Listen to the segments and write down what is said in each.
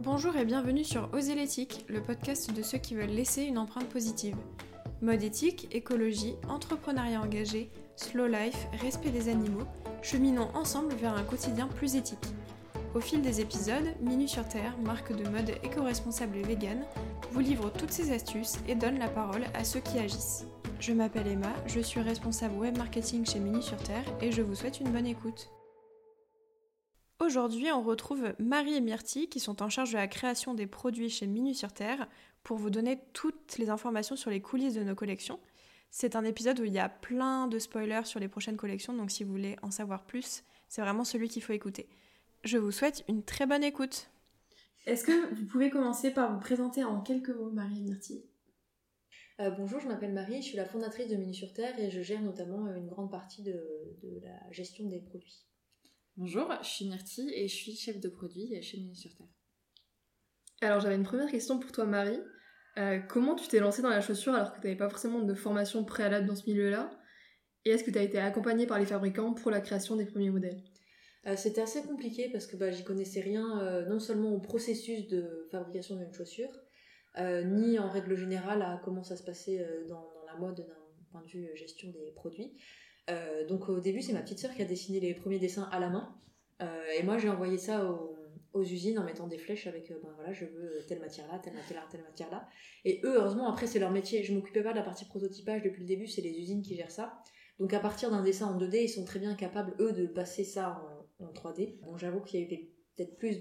Bonjour et bienvenue sur Oser l'éthique, le podcast de ceux qui veulent laisser une empreinte positive. Mode éthique, écologie, entrepreneuriat engagé, slow life, respect des animaux, cheminons ensemble vers un quotidien plus éthique. Au fil des épisodes, Minu sur Terre, marque de mode éco-responsable et vegan, vous livre toutes ses astuces et donne la parole à ceux qui agissent. Je m'appelle Emma, je suis responsable web marketing chez Minu sur Terre et je vous souhaite une bonne écoute. Aujourd'hui, on retrouve Marie et Myrtille qui sont en charge de la création des produits chez Minu sur Terre pour vous donner toutes les informations sur les coulisses de nos collections. C'est un épisode où il y a plein de spoilers sur les prochaines collections, donc si vous voulez en savoir plus, c'est vraiment celui qu'il faut écouter. Je vous souhaite une très bonne écoute. Est-ce que vous pouvez commencer par vous présenter en quelques mots, Marie et Myrtille ? Bonjour, je m'appelle Marie, je suis la fondatrice de Minu sur Terre et je gère notamment une grande partie de la gestion des produits. Bonjour, je suis Myrtille et je suis chef de produit chez Minu sur Terre. Alors j'avais une première question pour toi Marie. Comment tu t'es lancée dans la chaussure alors que tu n'avais pas forcément de formation préalable dans ce milieu-là ? Et est-ce que tu as été accompagnée par les fabricants pour la création des premiers modèles ? C'était assez compliqué parce que j'y connaissais rien, non seulement au processus de fabrication d'une chaussure, ni en règle générale à comment ça se passait dans la mode d'un point de vue gestion des produits. Donc au début c'est ma petite sœur qui a dessiné les premiers dessins à la main et moi j'ai envoyé ça aux usines en mettant des flèches avec je veux telle matière là, telle matière là, et eux heureusement après c'est leur métier, je m'occupais pas de la partie prototypage depuis le début, c'est les usines qui gèrent ça, donc à partir d'un dessin en 2D ils sont très bien capables eux de passer ça en 3D. Bon, j'avoue qu'il y a eu peut-être plus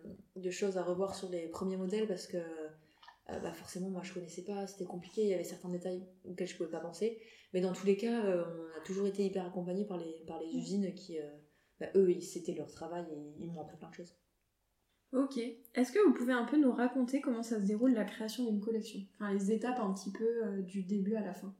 de choses à revoir sur les premiers modèles parce que forcément moi je connaissais pas, c'était compliqué, il y avait certains détails auxquels je pouvais pas penser, mais dans tous les cas on a toujours été hyper accompagnés par les usines qui eux c'était leur travail et ils m'ont appris plein de choses. Ok, est-ce que vous pouvez un peu nous raconter comment ça se déroule la création d'une collection, enfin les étapes un petit peu du début à la fin?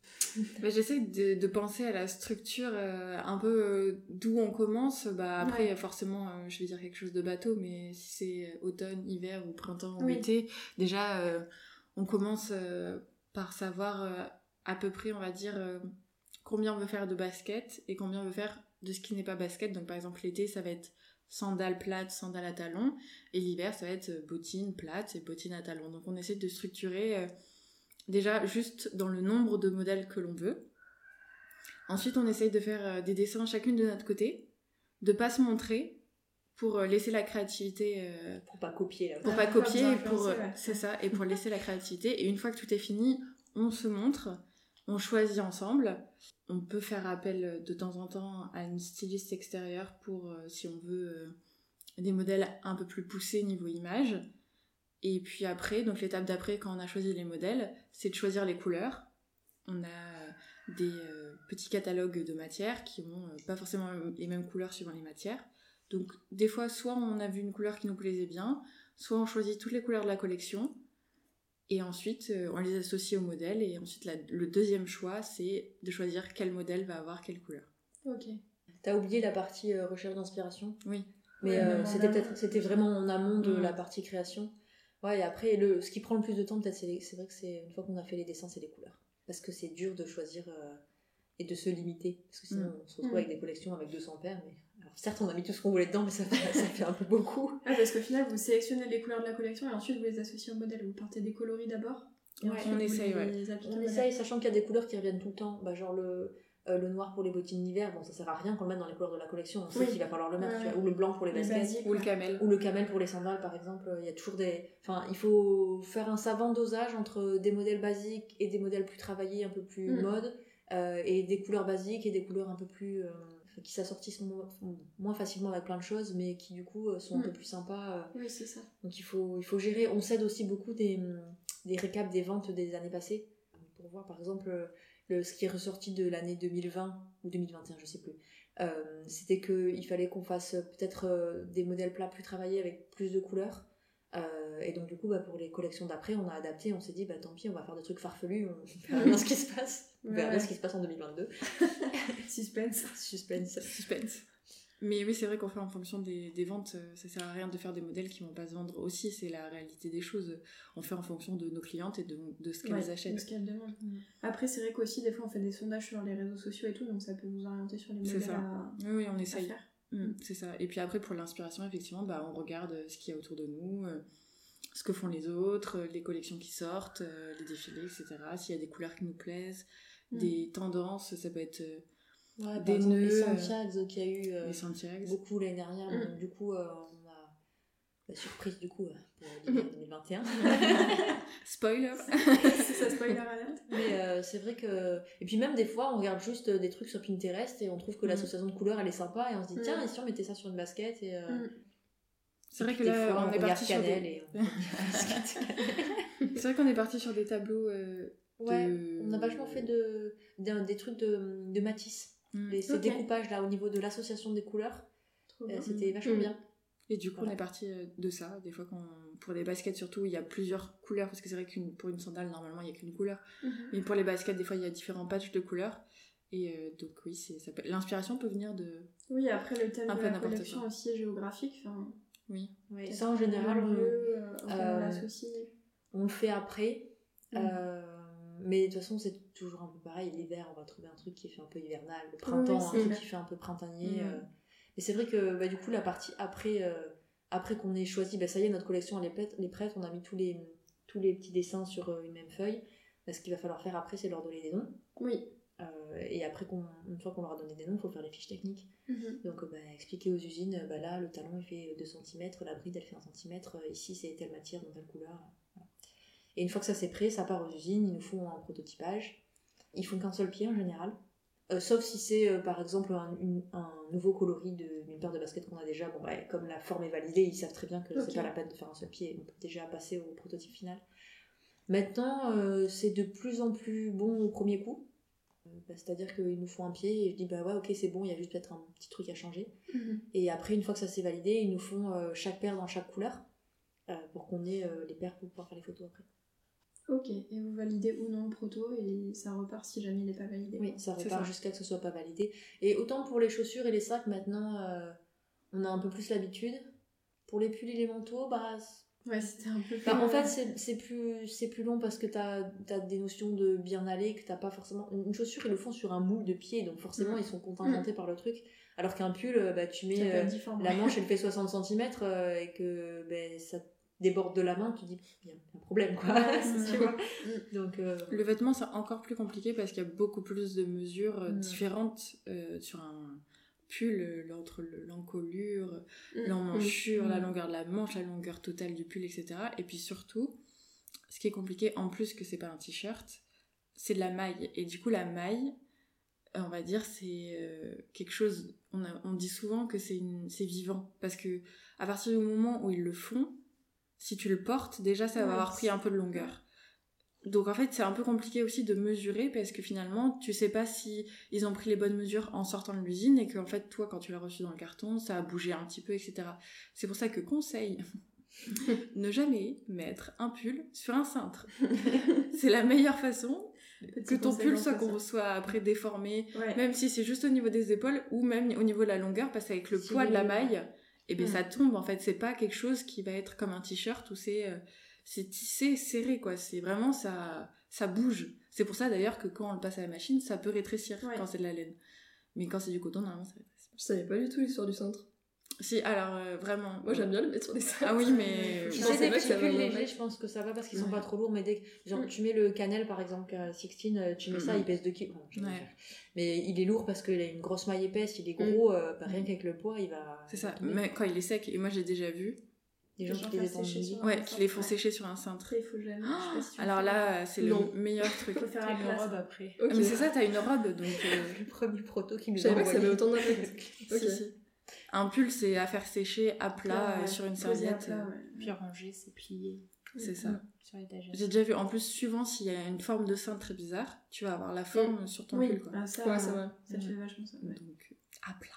J'essaie de penser à la structure un peu d'où on commence. Après, forcément, je vais dire quelque chose de bateau, mais si c'est automne, hiver ou printemps ou été, déjà, on commence par savoir à peu près, on va dire, combien on veut faire de basket et combien on veut faire de ce qui n'est pas basket. Donc, par exemple, l'été, ça va être sandales plates, sandales à talons, et l'hiver, ça va être bottines plates et bottines à talons. Donc, on essaie de structurer... déjà, juste dans le nombre de modèles que l'on veut. Ensuite, on essaye de faire des dessins chacune de notre côté, de pas se montrer, pour laisser la créativité... pour pas copier. Là. Pour pas copier, c'est ça, et pour laisser la créativité. Et une fois que tout est fini, on se montre, on choisit ensemble. On peut faire appel de temps en temps à une styliste extérieure pour, si on veut, des modèles un peu plus poussés niveau image. Et puis après, donc l'étape d'après, quand on a choisi les modèles, c'est de choisir les couleurs. On a des petits catalogues de matières qui ont pas forcément les mêmes couleurs suivant les matières. Donc des fois, soit on a vu une couleur qui nous plaisait bien, soit on choisit toutes les couleurs de la collection, et ensuite on les associe au modèle, et ensuite le deuxième choix, c'est de choisir quel modèle va avoir quelle couleur. Ok. T'as oublié la partie recherche d'inspiration ? Oui. Mais c'était vraiment en amont de la partie création. Ouais, et après, ce qui prend le plus de temps, peut-être, c'est vrai que c'est une fois qu'on a fait les dessins, c'est les couleurs. Parce que c'est dur de choisir et de se limiter. Parce que sinon, on se retrouve avec des collections avec 200 paires. Mais... Alors, certes, on a mis tout ce qu'on voulait dedans, mais ça fait un peu beaucoup. Ah, parce qu'au final, vous sélectionnez les couleurs de la collection et ensuite vous les associez au modèle. Vous partez des coloris d'abord. Et ensuite, on essaye, On essaye, sachant qu'il y a des couleurs qui reviennent tout le temps. Genre le noir pour les bottines d'hiver, bon ça sert à rien qu'on le mette dans les couleurs de la collection, on sait qu'il va falloir le mettre, tu vois, ou le blanc pour les baskets, ou le camel. Ou le camel pour les sandales par exemple, il y a toujours il faut faire un savant dosage entre des modèles basiques et des modèles plus travaillés, un peu plus mode, et des couleurs basiques et des couleurs un peu plus qui s'assortissent moins facilement avec plein de choses, mais qui du coup sont un peu plus sympas. Oui, c'est ça. Donc il faut gérer, on s'aide aussi beaucoup des récaps des ventes des années passées, pour voir par exemple ce qui est ressorti de l'année 2020 ou 2021, je sais plus. C'était qu'il fallait qu'on fasse peut-être des modèles plats plus travaillés avec plus de couleurs. Et donc du coup, pour les collections d'après, on a adapté, on s'est dit, tant pis, on va faire des trucs farfelus, on verra bien ce qui se passe. On verra bien ce qui se passe en 2022. Suspense. Mais oui, c'est vrai qu'on fait en fonction des ventes, ça sert à rien de faire des modèles qui vont pas se vendre aussi, c'est la réalité des choses. On fait en fonction de nos clientes et de ce qu'elles achètent. De ce qu'elles demandent. Après, c'est vrai qu'aussi, des fois, on fait des sondages sur les réseaux sociaux et tout, donc ça peut vous orienter sur les modèles Oui, on essaye. C'est ça. Et puis après, pour l'inspiration, effectivement, on regarde ce qu'il y a autour de nous, ce que font les autres, les collections qui sortent, les défilés, etc. S'il y a des couleurs qui nous plaisent, des tendances, ça peut être des nœuds. Les Santiago qu'il y a eu les Santiago. beaucoup l'année dernière. Donc, du coup, on a la surprise du coup pour l'hiver 2021. Spoiler. C'est ça, spoiler alert. Mais c'est vrai que... Et puis même des fois, on regarde juste des trucs sur Pinterest et on trouve que l'association de couleurs, elle est sympa. Et on se dit, tiens, et si on mettait ça sur une basket et... C'est vrai que là, on est parti sur des... C'est vrai qu'on est parti sur des tableaux... on a vachement fait des trucs de Matisse. Ces découpages là au niveau de l'association des couleurs. C'était vachement bien. Et du coup, on est parti de ça. Des fois, pour les baskets, surtout, il y a plusieurs couleurs. Parce que c'est vrai que pour une sandale, normalement, il n'y a qu'une couleur. Mais pour les baskets, des fois, il y a différents patchs de couleurs. Et donc, oui, l'inspiration peut venir de... Oui, après, le thème de la collection aussi est géographique. Oui. Ça, en général, on l'associe. On le fait après. Mais de toute façon, c'est toujours un peu pareil. L'hiver, on va trouver un truc qui fait un peu hivernal. Le printemps, un truc qui fait un peu printanier. Mais c'est vrai que du coup, la partie après qu'on ait choisi, ça y est, notre collection elle est prête. On a mis tous les petits dessins sur une même feuille. Ce qu'il va falloir faire après, c'est leur donner des noms. Oui. Et après, une fois qu'on leur a donné des noms, il faut faire les fiches techniques. Donc, expliquer aux usines, là, le talon il fait 2 cm, la bride elle fait 1 cm, ici c'est telle matière, dans telle couleur. Voilà. Et une fois que ça c'est prêt, ça part aux usines, ils nous font un prototypage. Ils font qu'un seul pied en général. Sauf si c'est par exemple un nouveau coloris d'une paire de baskets qu'on a déjà. Comme la forme est validée, ils savent très bien que c'est pas la peine de faire un seul pied. On peut déjà passer au prototype final. Maintenant, c'est de plus en plus bon au premier coup. C'est-à-dire qu'ils nous font un pied et je dis ok c'est bon, il y a juste peut-être un petit truc à changer. Et après, une fois que ça s'est validé, ils nous font chaque paire dans chaque couleur pour qu'on ait les paires pour pouvoir faire les photos après. Ok, et vous validez ou non le proto et ça repart si jamais il n'est pas validé. Oui, ça repart jusqu'à que ce soit pas validé. Et autant pour les chaussures et les sacs, maintenant on a un peu plus l'habitude. Pour les pulls et les manteaux, c'était un peu plus... en fait, c'est plus long parce que t'as des notions de bien aller que t'as pas forcément... Une chaussure, ils le font sur un moule de pied, donc forcément, ils sont contingentés par le truc. Alors qu'un pull, tu mets... la manche, elle fait 60 cm et que ça déborde de la main, tu dis, il y a un problème, quoi. Tu vois. Donc, le vêtement, c'est encore plus compliqué parce qu'il y a beaucoup plus de mesures différentes sur un... pull, entre l'encolure, l'emmanchure, la longueur de la manche, la longueur totale du pull, etc. Et puis surtout, ce qui est compliqué, en plus que c'est pas un t-shirt, c'est de la maille. Et du coup, la maille, on va dire, c'est quelque chose... On dit souvent que c'est vivant. Parce que à partir du moment où ils le font, si tu le portes, déjà, ça va avoir pris un peu de longueur. Donc en fait c'est un peu compliqué aussi de mesurer parce que finalement tu sais pas si ils ont pris les bonnes mesures en sortant de l'usine et que en fait toi quand tu l'as reçu dans le carton ça a bougé un petit peu, etc. C'est pour ça que conseil ne jamais mettre un pull sur un cintre. C'est la meilleure façon que ton pull soit après déformé, même si c'est juste au niveau des épaules ou même au niveau de la longueur parce qu'avec le poids de la maille ça tombe en fait. C'est pas quelque chose qui va être comme un t-shirt où c'est tissé, serré, quoi. C'est vraiment, ça bouge. C'est pour ça, d'ailleurs, que quand on le passe à la machine, ça peut rétrécir quand c'est de la laine. Mais quand c'est du coton, normalement, ça rétrécit. Je savais pas du tout l'histoire du cintre. Si, alors, vraiment... Moi, j'aime bien le mettre sur des cintres. Ah oui, mais... Si c'est des petits pulls légers, je pense que ça va parce qu'ils sont pas trop lourds, mais dès que... tu mets le cannelle, par exemple, 16, tu mets ça, il pèse 2 kg. Mais il est lourd parce qu'il a une grosse maille épaisse, il est gros, rien qu'avec le poids, il va... C'est ça, mais quand il est sec, et moi, j'ai déjà vu... Des gens qui les qui les font sécher sur un cintre. Il faut jamais. Alors là, c'est le meilleur truc. Faut faire une robe après. Mais c'est ça, t'as une robe, donc... Le premier proto qui nous a envoyé. Je savais pas que ça avait autant d'impact. Si. Un pull, c'est à faire sécher à plat sur une serviette. Puis ranger, c'est plié. C'est ça. Sur l'étagère. J'ai déjà vu, en plus, suivant s'il y a une forme de sein très bizarre, tu vas avoir la forme sur ton pull, quoi. Ah, ça, c'est vrai. Ça te fait vachement ça. Donc, à plat.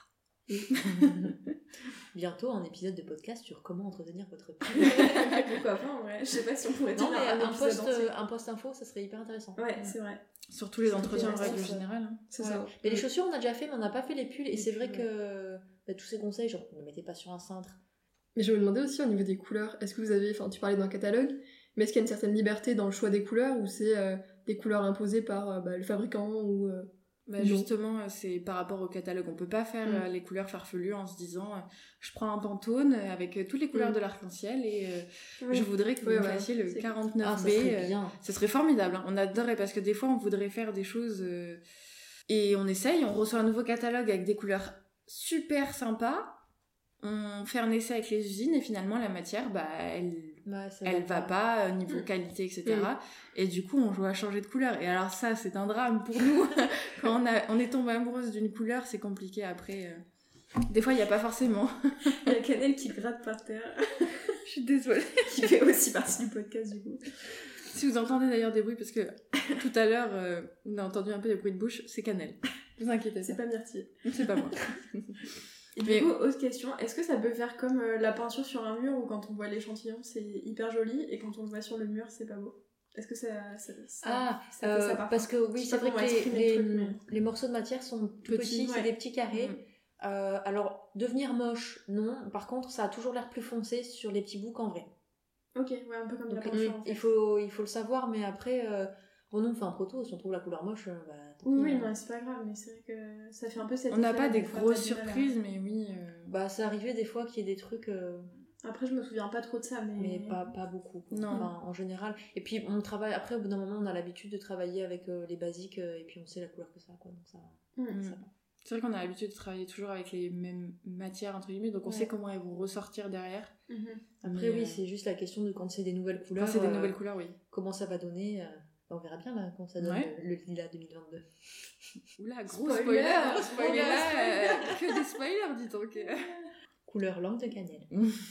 Bientôt un épisode de podcast sur comment entretenir votre pull. Pourquoi pas, en vrai. Je sais pas si on pourrait dire un post info, ça serait hyper intéressant. Ouais, c'est vrai. Surtout les entretiens en règle générale. C'est ça. Mais les chaussures, on a déjà fait, mais on n'a pas fait les pulls. Et c'est vrai que tous ces conseils, genre, ne mettez pas sur un cintre. Mais je me demandais aussi au niveau des couleurs, est-ce que vous avez, tu parlais d'un catalogue, mais est-ce qu'il y a une certaine liberté dans le choix des couleurs ou c'est des couleurs imposées par le fabricant ou Bah justement, c'est par rapport au catalogue. On peut pas faire les couleurs farfelues en se disant je prends un Pantone avec toutes les couleurs de l'arc-en-ciel et je voudrais que vous me fassiez le 49B. Ah, ça serait bien. Ce serait formidable. Hein. On adorerait parce que des fois on voudrait faire des choses et on essaye, on reçoit un nouveau catalogue avec des couleurs super sympas. On fait un essai avec les usines et finalement la matière, elle va pas niveau qualité, etc. Et du coup, on doit changer de couleur. Et alors ça, c'est un drame pour nous. Quand on est tombé amoureuse d'une couleur, c'est compliqué après. Des fois, il n'y a pas forcément. Il y a Canel qui gratte par terre. Je suis désolée. Qui fait aussi partie du podcast, du coup. Si vous entendez d'ailleurs des bruits, parce que tout à l'heure, on a entendu un peu des bruits de bouche, c'est Canel. Ne vous inquiétez pas. C'est pas Myrtille. C'est pas moi. Et du coup, autre question, est-ce que ça peut faire comme la peinture sur un mur où quand on voit l'échantillon c'est hyper joli et quand on le voit sur le mur c'est pas beau? Est-ce que ça fait ça parce que oui, c'est vrai que les morceaux de matière sont tout petits, c'est des petits carrés. Alors, devenir moche, non. Par contre, ça a toujours l'air plus foncé sur les petits bouts qu'en vrai. Ok, ouais, un peu comme la peinture en fait. Il faut le savoir, mais après, bon, nous on fait un proto, si on trouve la couleur moche, oui, non, c'est pas grave, mais c'est vrai que ça fait un peu cette... On n'a pas des grosses surprises, mais oui... c'est arrivé des fois qu'il y ait des trucs... Après, je me souviens pas trop de ça, mais pas beaucoup. Non. Enfin, en général. Et puis, on travaille... Après, au bout d'un moment, on a l'habitude de travailler avec les basiques, et puis on sait la couleur que ça a, quoi. Donc ça va. C'est vrai qu'on a l'habitude de travailler toujours avec les mêmes matières, entre guillemets, donc on sait comment elles vont ressortir derrière. Après, oui, c'est juste la question de quand c'est des nouvelles couleurs. Quand c'est des nouvelles couleurs, oui. Comment ça va donner... On verra bien là quand ça donne le lilas 2022. Oula, gros spoiler que des spoilers, dis donc. Couleur lampe de cannelle.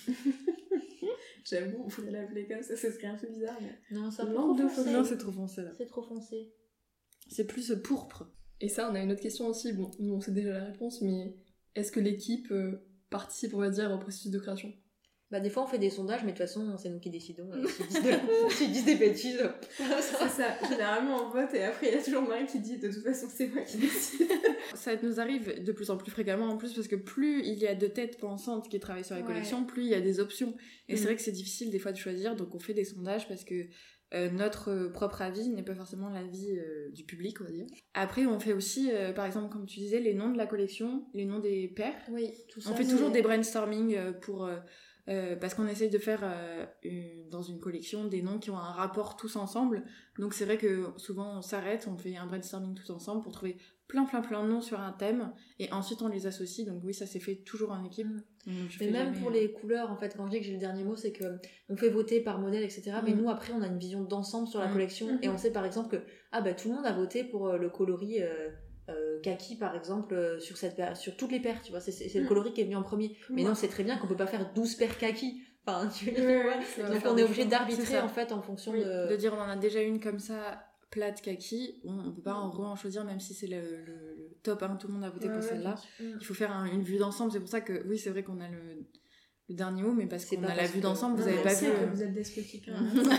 J'avoue, on pourrait l'appeler comme ça, ce serait un peu bizarre. Mais... Non, ça Non, c'est trop foncé là. C'est trop foncé. C'est plus pourpre. Et ça, on a une autre question aussi. Bon, nous on sait déjà la réponse, mais est-ce que l'équipe participe, on va dire, au processus de création? Des fois on fait des sondages, mais de toute façon c'est nous qui décidons. S'ils disent des bêtises. C'est ça, généralement on vote et après il y a toujours Marie qui dit de toute façon c'est moi qui décide. Ça nous arrive de plus en plus fréquemment en plus parce que plus il y a de têtes pensantes qui travaillent sur la collection, plus il y a des options. Et c'est vrai que c'est difficile des fois de choisir, donc on fait des sondages parce que notre propre avis n'est pas forcément l'avis du public, on va dire. Après on fait aussi, par exemple comme tu disais, les noms de la collection, les noms des pairs. Oui, tout ça. On fait toujours des brainstorming pour... parce qu'on essaye de faire dans une collection des noms qui ont un rapport tous ensemble, donc c'est vrai que souvent on s'arrête, on fait un brainstorming tous ensemble pour trouver plein de noms sur un thème et ensuite on les associe, donc oui ça s'est fait toujours en équipe. Mais même pour les couleurs en fait, quand je dis que j'ai le dernier mot, c'est que on fait voter par modèle etc, mais nous après on a une vision d'ensemble sur la collection et on sait par exemple que tout le monde a voté pour le coloris kaki par exemple sur toutes les paires, tu vois, c'est le coloris qui est venu en premier, mais non, c'est très bien qu'on peut pas faire 12 paires kaki, enfin tu vois, donc on est obligé d'arbitrer en fait en fonction de dire on en a déjà une comme ça plate kaki, on peut pas en choisir même si c'est le top 1, tout le monde a voté pour celle-là, il faut faire une vue d'ensemble, c'est pour ça que oui c'est vrai qu'on a le dernier mot, mais parce qu'on a la vue d'ensemble, vous avez pas vu que vous êtes despotique,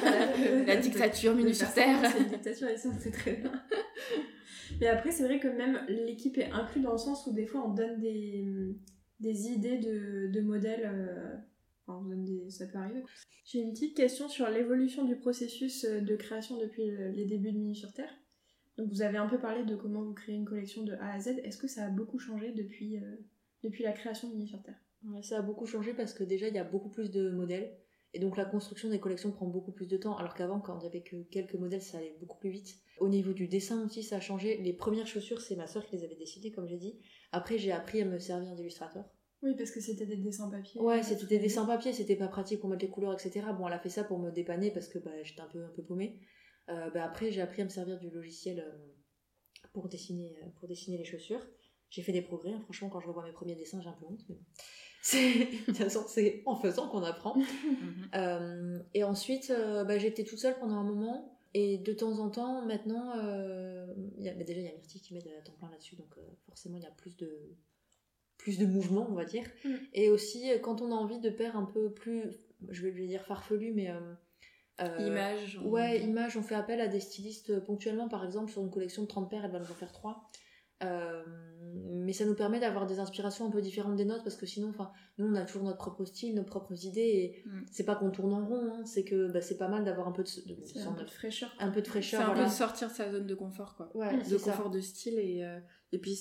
la dictature minue sur terre, c'est une dictature et ça c'est très bien. Mais après, c'est vrai que même l'équipe est inclue dans le sens où des fois on donne des idées de modèles. Enfin, on donne ça peut arriver. J'ai une petite question sur l'évolution du processus de création depuis les débuts de Mini sur Terre. Donc, vous avez un peu parlé de comment vous créez une collection de A à Z. Est-ce que ça a beaucoup changé depuis la création de Mini sur Terre? Ouais, ça a beaucoup changé parce que déjà il y a beaucoup plus de modèles. Et donc la construction des collections prend beaucoup plus de temps, alors qu'avant, quand il y avait que quelques modèles, ça allait beaucoup plus vite. Au niveau du dessin aussi, ça a changé. Les premières chaussures, c'est ma sœur qui les avait décidées, comme j'ai dit. Après, j'ai appris à me servir d'illustrateur. Oui, parce que c'était des dessins papier. Ouais, c'était des dessins papier, c'était pas pratique pour mettre les couleurs, etc. Bon, elle a fait ça pour me dépanner parce que j'étais un peu paumée. Après, j'ai appris à me servir du logiciel pour dessiner les chaussures. J'ai fait des progrès, hein. Franchement, quand je revois mes premiers dessins, j'ai un peu honte. Mais... de toute façon, c'est en faisant qu'on apprend. Et ensuite, j'étais toute seule pendant un moment. Et de temps en temps, maintenant, déjà il y a Myrtille qui m'aide à temps plein là-dessus, donc forcément il y a plus de mouvement, on va dire. Et aussi, quand on a envie de paires un peu plus, je vais dire farfelu, mais... image. Ouais, image, on fait appel à des stylistes ponctuellement, par exemple, sur une collection de 30 paires, elle va nous en faire 3. Mais ça nous permet d'avoir des inspirations un peu différentes des nôtres, parce que sinon, nous on a toujours notre propre style, nos propres idées, et c'est pas qu'on tourne en rond, hein, c'est que c'est pas mal d'avoir un peu de fraîcheur. Un peu de fraîcheur, c'est un voilà. peu de sortir de sa zone de confort, quoi. Ouais, de confort de style, et puis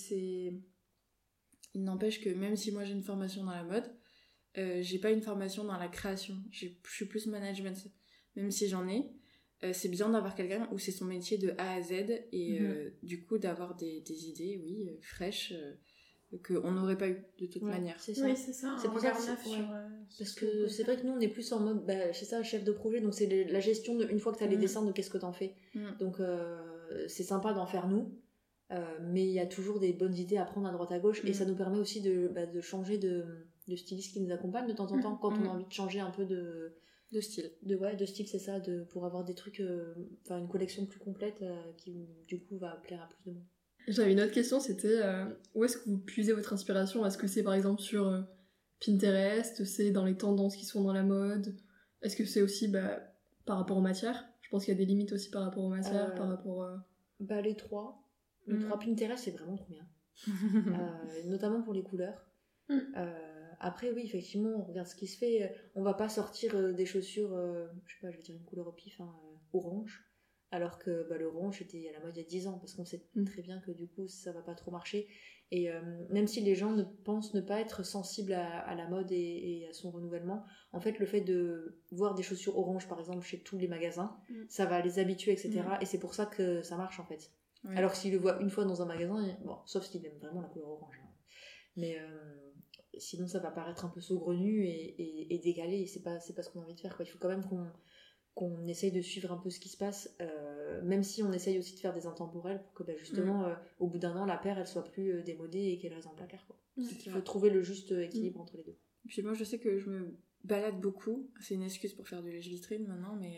il n'empêche que même si moi j'ai une formation dans la mode, j'ai pas une formation dans la création, je suis plus management, même si j'en ai. C'est bien d'avoir quelqu'un où c'est son métier de A à Z, et du coup d'avoir des idées fraîches qu'on n'aurait pas eu de toute manière. C'est ça. Oui, c'est ça. C'est pour ça que parce que c'est vrai que nous on est plus en mode c'est ça, chef de projet, donc c'est la gestion de, une fois que tu as les dessins, de qu'est-ce que t'en fais. Donc c'est sympa d'en faire nous, mais il y a toujours des bonnes idées à prendre à droite à gauche, et ça nous permet aussi de changer de styliste qui nous accompagne de temps en temps quand on a envie de changer un peu de style. De style, c'est ça, pour avoir des trucs, une collection plus complète qui du coup va plaire à plus de monde. J'avais une autre question, c'était où est-ce que vous puisez votre inspiration ? Est-ce que c'est par exemple sur Pinterest, c'est dans les tendances qui sont dans la mode ? Est-ce que c'est aussi par rapport aux matières ? Je pense qu'il y a des limites aussi par rapport aux matières, par rapport... les trois. Les trois Pinterest, c'est vraiment trop bien. Notamment pour les couleurs. Après, oui, effectivement, on regarde ce qui se fait. On va pas sortir des chaussures, je sais pas, je vais dire une couleur au pif, orange, alors que l'orange était à la mode il y a 10 ans, parce qu'on sait très bien que du coup, ça va pas trop marcher. Et même si les gens pensent ne pas être sensibles à la mode et à son renouvellement, en fait, le fait de voir des chaussures orange, par exemple, chez tous les magasins, ça va les habituer, etc. Et c'est pour ça que ça marche, en fait. Oui. Alors que s'ils le voient une fois dans un magasin, sauf s'ils aiment vraiment la couleur orange. Mais... sinon ça va paraître un peu saugrenu et décalé, et c'est pas ce qu'on a envie de faire, quoi. Il faut quand même qu'on essaye de suivre un peu ce qui se passe, même si on essaye aussi de faire des intemporels pour que justement au bout d'un an la paire elle soit plus démodée et qu'elle reste dans le placard, quoi. Il faut trouver le juste équilibre entre les deux. Puis moi je sais que je me balade beaucoup, c'est une excuse pour faire du lèche-vitrine maintenant, mais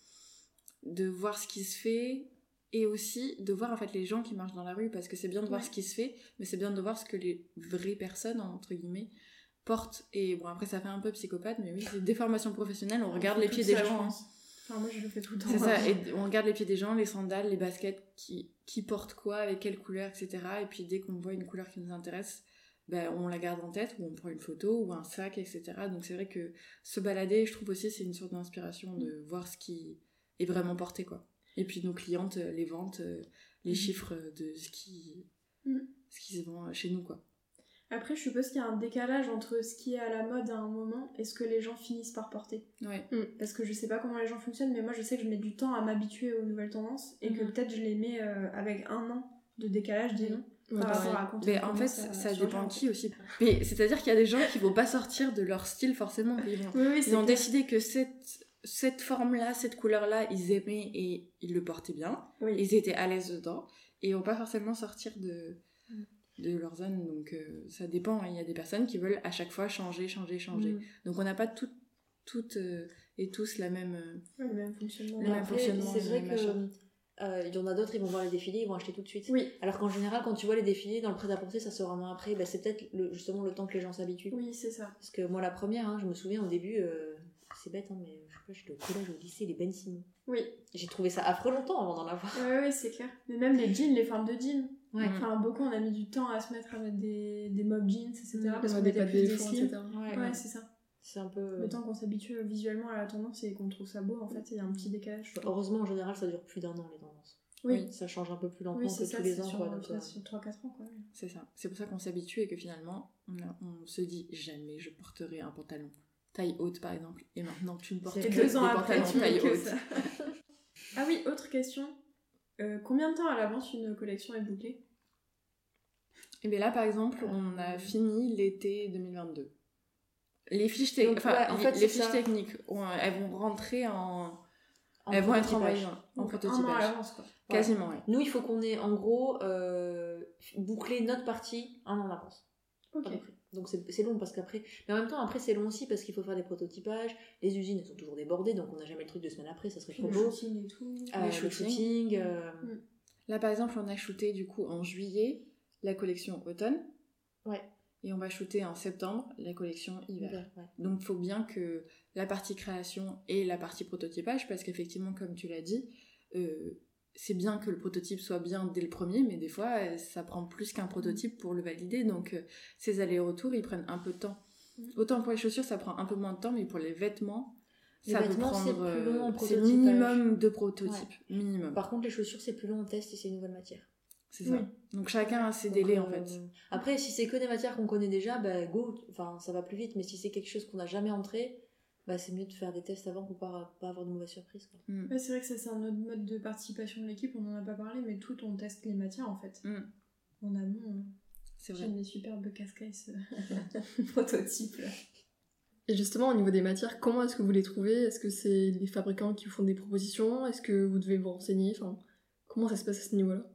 de voir ce qui se fait, et aussi de voir en fait les gens qui marchent dans la rue, parce que c'est bien de voir ce qui se fait, mais c'est bien de voir ce que les vraies personnes, entre guillemets, portent. Et bon, après ça fait un peu psychopathe, mais oui, c'est des formations professionnelles, on regarde les pieds des gens. Enfin, moi je le fais tout le temps. C'est ça, et on regarde les pieds des gens, les sandales, les baskets, qui portent quoi, avec quelle couleur, etc. Et puis dès qu'on voit une couleur qui nous intéresse, on la garde en tête, ou on prend une photo, ou un sac, etc. Donc c'est vrai que se balader, je trouve aussi, c'est une sorte d'inspiration de voir ce qui est vraiment porté, quoi. Et puis nos clientes, les ventes, les chiffres de ce qui se vend chez nous, quoi. Après, je suppose qu'il y a un décalage entre ce qui est à la mode à un moment et ce que les gens finissent par porter. Ouais. Parce que je sais pas comment les gens fonctionnent, mais moi je sais que je mets du temps à m'habituer aux nouvelles tendances, et que peut-être je les mets avec 1 an de décalage, disons. Par rapport à quand mais en fait, ça dépend qui aussi. Mais c'est-à-dire qu'il y a des gens qui vont pas sortir de leur style forcément. Ils ont décidé que cette forme-là, cette couleur-là, ils aimaient et ils le portaient bien. Ils étaient à l'aise dedans. Et ils vont pas forcément sortir de leur zone. Donc ça dépend. Il y a des personnes qui veulent à chaque fois changer. Donc on n'a pas toutes et tous la même, le même fonctionnement. Mais après, c'est vrai que il y en a d'autres, ils vont voir les défilés, ils vont acheter tout de suite. Oui. Alors qu'en général, quand tu vois les défilés dans le prêt-à-porter, ça sort un an après, c'est peut-être justement le temps que les gens s'habituent. Oui, c'est ça. Parce que moi, la première, je me souviens au début, c'est bête, mais je sais pas, j'étais au collège, au lycée, les Ben Simon. Oui. J'ai trouvé ça affreux longtemps avant d'en avoir. Oui, c'est clair. Mais même les jeans, les formes de jeans. Ouais. Enfin, beaucoup, on a mis du temps à se mettre avec des mob jeans, etc. Parce qu'on était plus des slims. Ouais, c'est ça. C'est un peu... Le temps qu'on s'habitue visuellement à la tendance et qu'on trouve ça beau, en fait, il y a un petit décalage. Heureusement, en général, ça dure plus d'1 an, les tendances. Oui. Ça change un peu plus lentement que tous les ans. Sur, quoi, sur 3-4 ans, quoi. C'est ça. C'est pour ça qu'on s'habitue et que finalement, on se dit jamais je porterai un pantalon taille haute, par exemple. Et maintenant, tu ne portes que 2 ans des après, pantalons taille haute. Ah oui, autre question. Combien de temps à l'avance une collection est bouclée ? Et bien là, par exemple, on a fini l'été 2022. Les fiches, techniques, elles vont rentrer elles vont être envoyées en prototypage. Quasiment, ouais. Nous, il faut qu'on ait, en gros, bouclé notre partie 1 an d'avance. Ok. Donc c'est long parce qu'après... Mais en même temps, après, c'est long aussi parce qu'il faut faire des prototypages. Les usines, elles sont toujours débordées, donc on n'a jamais le truc 2 semaines après, ça serait trop beau. Le shooting et tout. Le shooting. Là, par exemple, on a shooté, du coup, en juillet, la collection automne. Ouais. Et on va shooter en septembre la collection hiver. Ouais. Donc il faut bien que la partie création et la partie prototypage, parce qu'effectivement, comme tu l'as dit, c'est bien que le prototype soit bien dès le premier, mais des fois, ça prend plus qu'un prototype pour le valider. Donc, ces allers-retours, ils prennent un peu de temps. Autant pour les chaussures, ça prend un peu moins de temps, mais pour les vêtements, ça peut prendre... c'est plus long en c'est prototypage. minimum 2 prototypes. Ouais. Minimum. Par contre, les chaussures, c'est plus long en test et c'est une nouvelle matière. C'est ça. Donc, chacun a ses délais, en fait. Après, si c'est que des matières qu'on connaît déjà, bah go, enfin, ça va plus vite. Mais si c'est quelque chose qu'on n'a jamais entré, bah, c'est mieux de faire des tests avant pour pas avoir de mauvaises surprises, quoi. Ouais, c'est vrai que ça, c'est un autre mode de participation de l'équipe, on n'en a pas parlé, mais tout, on teste les matières, en fait. En amont, c'est vrai. j'ai mes superbes casquettes prototypes. Et justement, au niveau des matières, comment est-ce que vous les trouvez? Est-ce que c'est les fabricants qui vous font des propositions? Est-ce que vous devez vous renseigner? Enfin, comment ça se passe à ce niveau-là?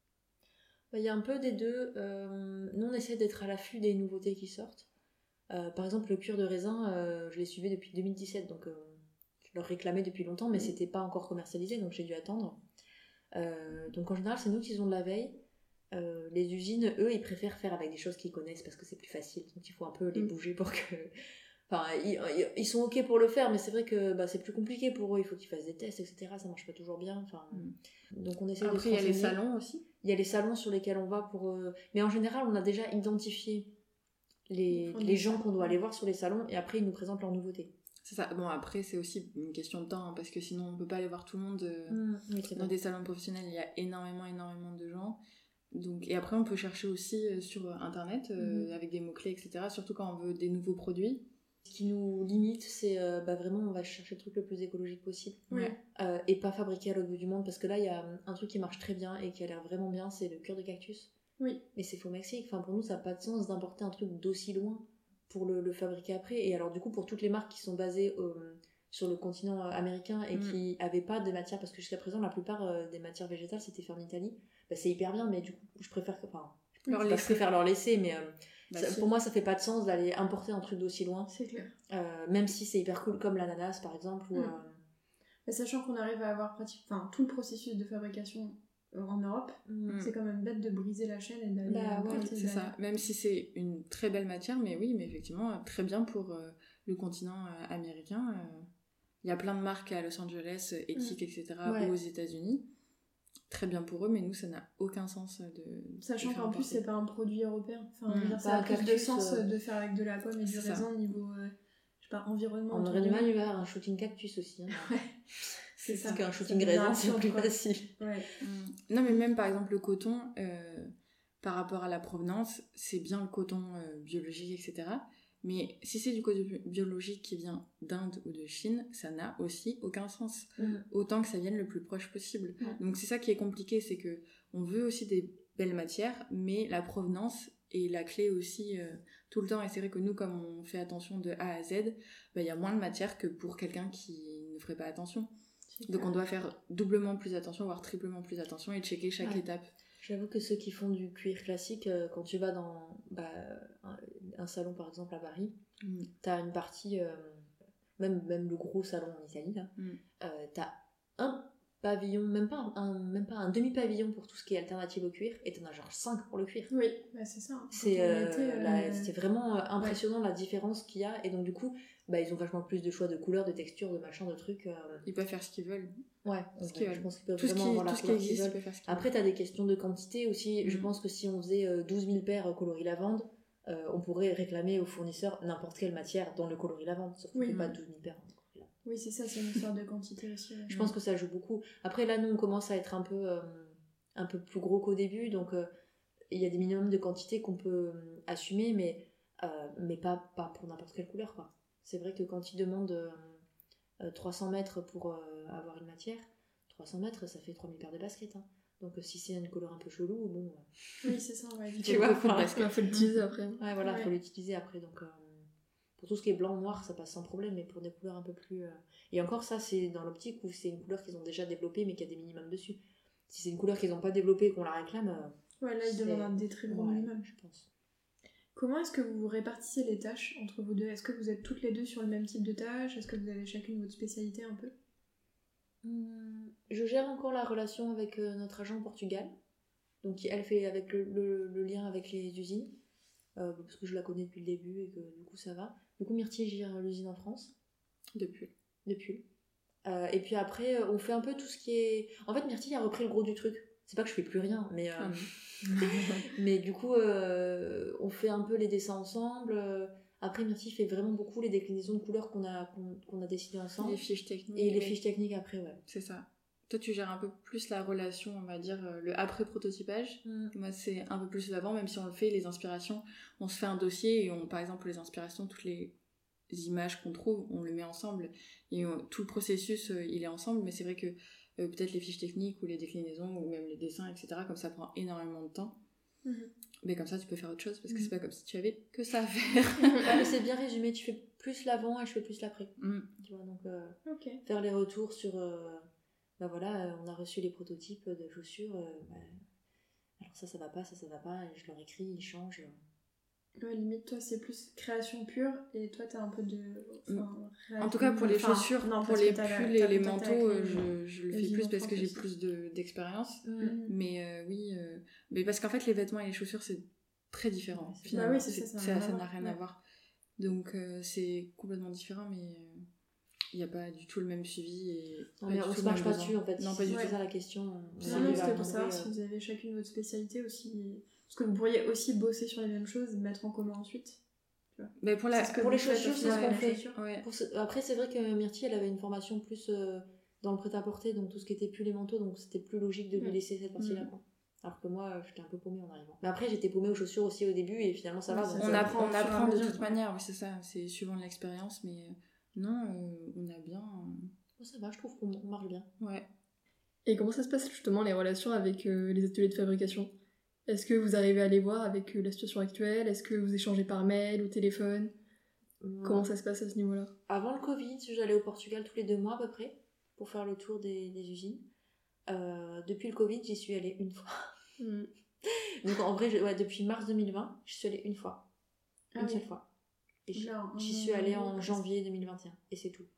Il y a un peu des deux. Nous, on essaie d'être à l'affût des nouveautés qui sortent. Par exemple, le cuir de raisin, je l'ai suivi depuis 2017, donc je le réclamais depuis longtemps, mais c'était pas encore commercialisé, donc j'ai dû attendre. Donc en général, c'est nous qui faisons de la veille. Les usines, eux, ils préfèrent faire avec des choses qu'ils connaissent parce que c'est plus facile, donc il faut un peu les bouger pour que... Enfin, ils sont ok pour le faire, mais c'est vrai que c'est plus compliqué pour eux, il faut qu'ils fassent des tests, etc. Ça marche pas toujours bien. Enfin, donc on essaie de se renseigner. Après, il y a les salons aussi. Il y a les salons sur lesquels on va pour... Mais en général, on a déjà identifié les gens qu'on doit aller voir sur les salons, et après, ils nous présentent leurs nouveautés. C'est ça. Bon, après, c'est aussi une question de temps, hein, parce que sinon, on peut pas aller voir tout le monde. Oui, dans des salons professionnels, il y a énormément de gens. Donc, et après, on peut chercher aussi sur Internet, avec des mots-clés, etc. Surtout quand on veut des nouveaux produits. Ce qui nous limite, c'est vraiment, on va chercher le truc le plus écologique possible. Oui. Et pas fabriqué à l'autre bout du monde, parce que là, il y a un truc qui marche très bien et qui a l'air vraiment bien, c'est le cuir de cactus. Oui. Mais c'est faux Mexique. Enfin, pour nous, ça n'a pas de sens d'importer un truc d'aussi loin pour le fabriquer après. Et alors, du coup, pour toutes les marques qui sont basées sur le continent américain et qui n'avaient pas de matière, parce que jusqu'à présent, la plupart des matières végétales, c'était fait en Italie, c'est hyper bien, mais du coup, je préfère leur laisser, mais pour moi, ça fait pas de sens d'aller importer un truc d'aussi loin. C'est clair. Même si c'est hyper cool, comme l'ananas, par exemple. Mais sachant qu'on arrive à avoir tout le processus de fabrication en Europe, c'est quand même bête de briser la chaîne et d'aller c'est ça. Même si c'est une très belle matière, mais oui, mais effectivement, très bien pour le continent américain. Il y a plein de marques à Los Angeles, éthiques, etc., ou aux États-Unis. Très bien pour eux, mais nous, ça n'a aucun sens Sachant qu'en plus, c'est pas un produit européen. Enfin, ça a plus de sens de faire avec de la pomme et du raisin au niveau, environnement. On aurait du mal à faire un shooting cactus aussi. Hein. C'est ça. Parce qu'un shooting raisin, c'est plus facile. Ouais. Non, mais même par exemple, le coton, par rapport à la provenance, c'est bien le coton biologique, etc. Mais si c'est du coton biologique qui vient d'Inde ou de Chine, ça n'a aussi aucun sens. Autant que ça vienne le plus proche possible. Donc c'est ça qui est compliqué, c'est que on veut aussi des belles matières, mais la provenance est la clé aussi tout le temps. Et c'est vrai que nous, comme on fait attention de A à Z, il y a moins de matière que pour quelqu'un qui ne ferait pas attention. Donc on doit faire doublement plus attention, voire triplement plus attention et checker chaque étape. J'avoue que ceux qui font du cuir classique, quand tu vas dans un salon par exemple à Paris, t'as une partie, même le gros salon en Italie, là, t'as un pavillon, même pas un demi-pavillon pour tout ce qui est alternative au cuir, et t'en as genre 5 pour le cuir. Oui, c'est ça. C'est vraiment impressionnant la différence qu'il y a, et donc du coup, ils ont vachement plus de choix de couleurs, de textures, de machins, de trucs. Ils peuvent faire ce qu'ils veulent. Ouais, je pense qu'ils peuvent tout vraiment avoir la couleur qu'ils veulent. Après, t'as des questions de quantité aussi. Je pense que si on faisait 12 000 paires coloris lavande, on pourrait réclamer aux fournisseurs n'importe quelle matière dans le coloris lavande, sauf qu'on fait pas 12 000 paires. Oui, c'est ça, c'est une histoire de quantité aussi. Je pense que ça joue beaucoup. Après, là, nous, on commence à être un peu plus gros qu'au début, donc il y a des minimums de quantité qu'on peut assumer, mais pas pour n'importe quelle couleur, quoi. C'est vrai que quand ils demandent 300 mètres pour avoir une matière, 300 mètres, ça fait 3000 paires de baskets. Hein. Donc si c'est une couleur un peu chelou, bon... Oui, c'est ça, ouais. Tu vois, faut l'utiliser après. Ouais, voilà, faut l'utiliser après. Donc pour tout ce qui est blanc, noir, ça passe sans problème, mais pour des couleurs un peu plus... Et encore, ça, c'est dans l'optique où c'est une couleur qu'ils ont déjà développée, mais qu'il y a des minimums dessus. Si c'est une couleur qu'ils n'ont pas développée et qu'on la réclame... ouais, là, ils demandent un détriment minimum, je pense. Comment est-ce que vous répartissez les tâches entre vous deux? Est-ce que vous êtes toutes les deux sur le même type de tâches? Est-ce que vous avez chacune votre spécialité un peu? Je gère encore la relation avec notre agent au Portugal. Donc elle fait avec le lien avec les usines. Parce que je la connais depuis le début et que du coup ça va. Du coup Myrtille gère l'usine en France. Depuis. Et puis après, on fait un peu tout ce qui est... En fait, Myrtille a repris le gros du truc. C'est pas que je fais plus rien, mais... mais du coup, on fait un peu les dessins ensemble. Après, Myrtille fait vraiment beaucoup les déclinaisons de couleurs qu'on a décidées ensemble. Les fiches techniques. Et les fiches techniques après, ouais. C'est ça. Toi, tu gères un peu plus la relation, on va dire, le après-prototypage. Moi, c'est un peu plus l'avant, même si on le fait, les inspirations. On se fait un dossier et par exemple, les inspirations, toutes les images qu'on trouve, on le met ensemble. Et tout le processus, il est ensemble. Mais c'est vrai que peut-être les fiches techniques ou les déclinaisons ou même les dessins, etc., comme ça prend énormément de temps. Mais comme ça, tu peux faire autre chose parce que c'est pas comme si tu avais que ça à faire. Mais c'est bien résumé. Tu fais plus l'avant et je fais plus l'après. Tu vois, donc faire les retours sur... voilà, on a reçu les prototypes de chaussures. Alors ça va pas, ça va pas. Et je leur écris, ils changent. Ouais, limite, toi, c'est plus création pure et toi, t'as un peu de... En tout cas, pour les chaussures, pour les pulls et les manteaux, je le fais plus parce que j'ai plus d'expérience. Mais oui, mais parce qu'en fait, les vêtements et les chaussures, c'est très différent. Finalement. Bah oui, c'est ça n'a rien à voir. Donc, c'est complètement différent, mais il n'y a pas du tout le même suivi. Et mais on se marche pas dessus, en fait. Non, pas du tout. C'est ça la question. C'était pour savoir si vous avez chacune votre spécialité aussi... Parce que vous pourriez aussi bosser sur les mêmes choses et mettre en commun ensuite. Tu vois. Mais pour les chaussures, c'est ce qu'on fait. Ouais. Après, c'est vrai que Myrtille, elle avait une formation plus dans le prêt-à-porter, donc tout ce qui était pulls et manteaux, donc c'était plus logique de lui laisser cette partie-là. Quoi. Alors que moi, j'étais un peu paumée en arrivant. Mais après, j'étais paumée aux chaussures aussi au début, et finalement, ça va. On apprend de toute manière, oui, c'est ça. C'est suivant l'expérience, mais non, on a bien... Ça va, je trouve qu'on marche bien. Ouais. Et comment ça se passe justement les relations avec les ateliers de fabrication ? Est-ce que vous arrivez à les voir avec la situation actuelle ? Est-ce que vous échangez par mail ou téléphone ? Comment ça se passe à ce niveau-là ? Avant le Covid, j'allais au Portugal tous les 2 mois à peu près pour faire le tour des usines. Depuis le Covid, j'y suis allée une fois. Donc en vrai, depuis mars 2020, j'y suis allée une fois. Une seule fois. Et j'y suis allée en janvier 2021 et c'est tout.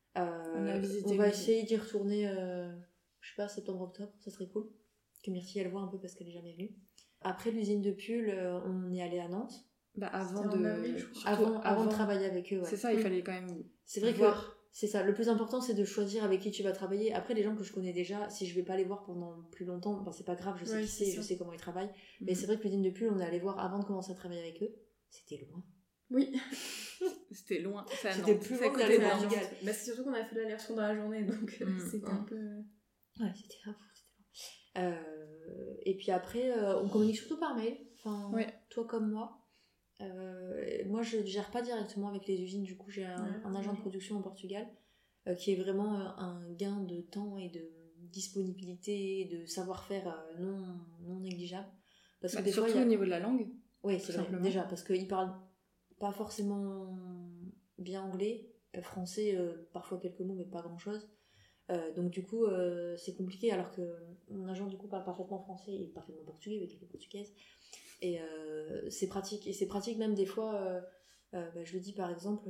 On va essayer d'y retourner, je sais pas, septembre-octobre, ça serait cool. Que Myrtille elle voit un peu parce qu'elle est jamais venue. Après l'usine de pull, on est allé à Nantes. Avant de travailler avec eux. Ouais. C'est ça, il fallait quand même. C'est vrai que c'est ça. Le plus important, c'est de choisir avec qui tu vas travailler. Après, les gens que je connais déjà, si je vais pas les voir pendant plus longtemps, c'est pas grave, je sais qui c'est, je sais comment ils travaillent. Mais c'est vrai que l'usine de pull, on est allé voir avant de commencer à travailler avec eux. C'était loin. Oui. C'était loin. C'était plus loin d'aller à Portugal. C'est surtout qu'on a fait l'aller-retour dans la journée, donc c'était un peu... Ouais, c'était loin. Et puis après, on communique surtout par mail. Enfin, toi comme moi. Moi, je ne gère pas directement avec les usines. Du coup, j'ai un agent de production au Portugal qui est vraiment un gain de temps et de disponibilité, de savoir-faire non négligeable. Parce que des surtout fois, au niveau de la langue. Oui, c'est vrai, déjà, parce qu'ils parlent pas forcément bien anglais, français, parfois quelques mots, mais pas grand-chose. Donc du coup, c'est compliqué, alors que mon agent du coup parle parfaitement français et parfaitement portugais avec quelques portugaises. Et c'est pratique. Et c'est pratique même des fois, je lui dis par exemple,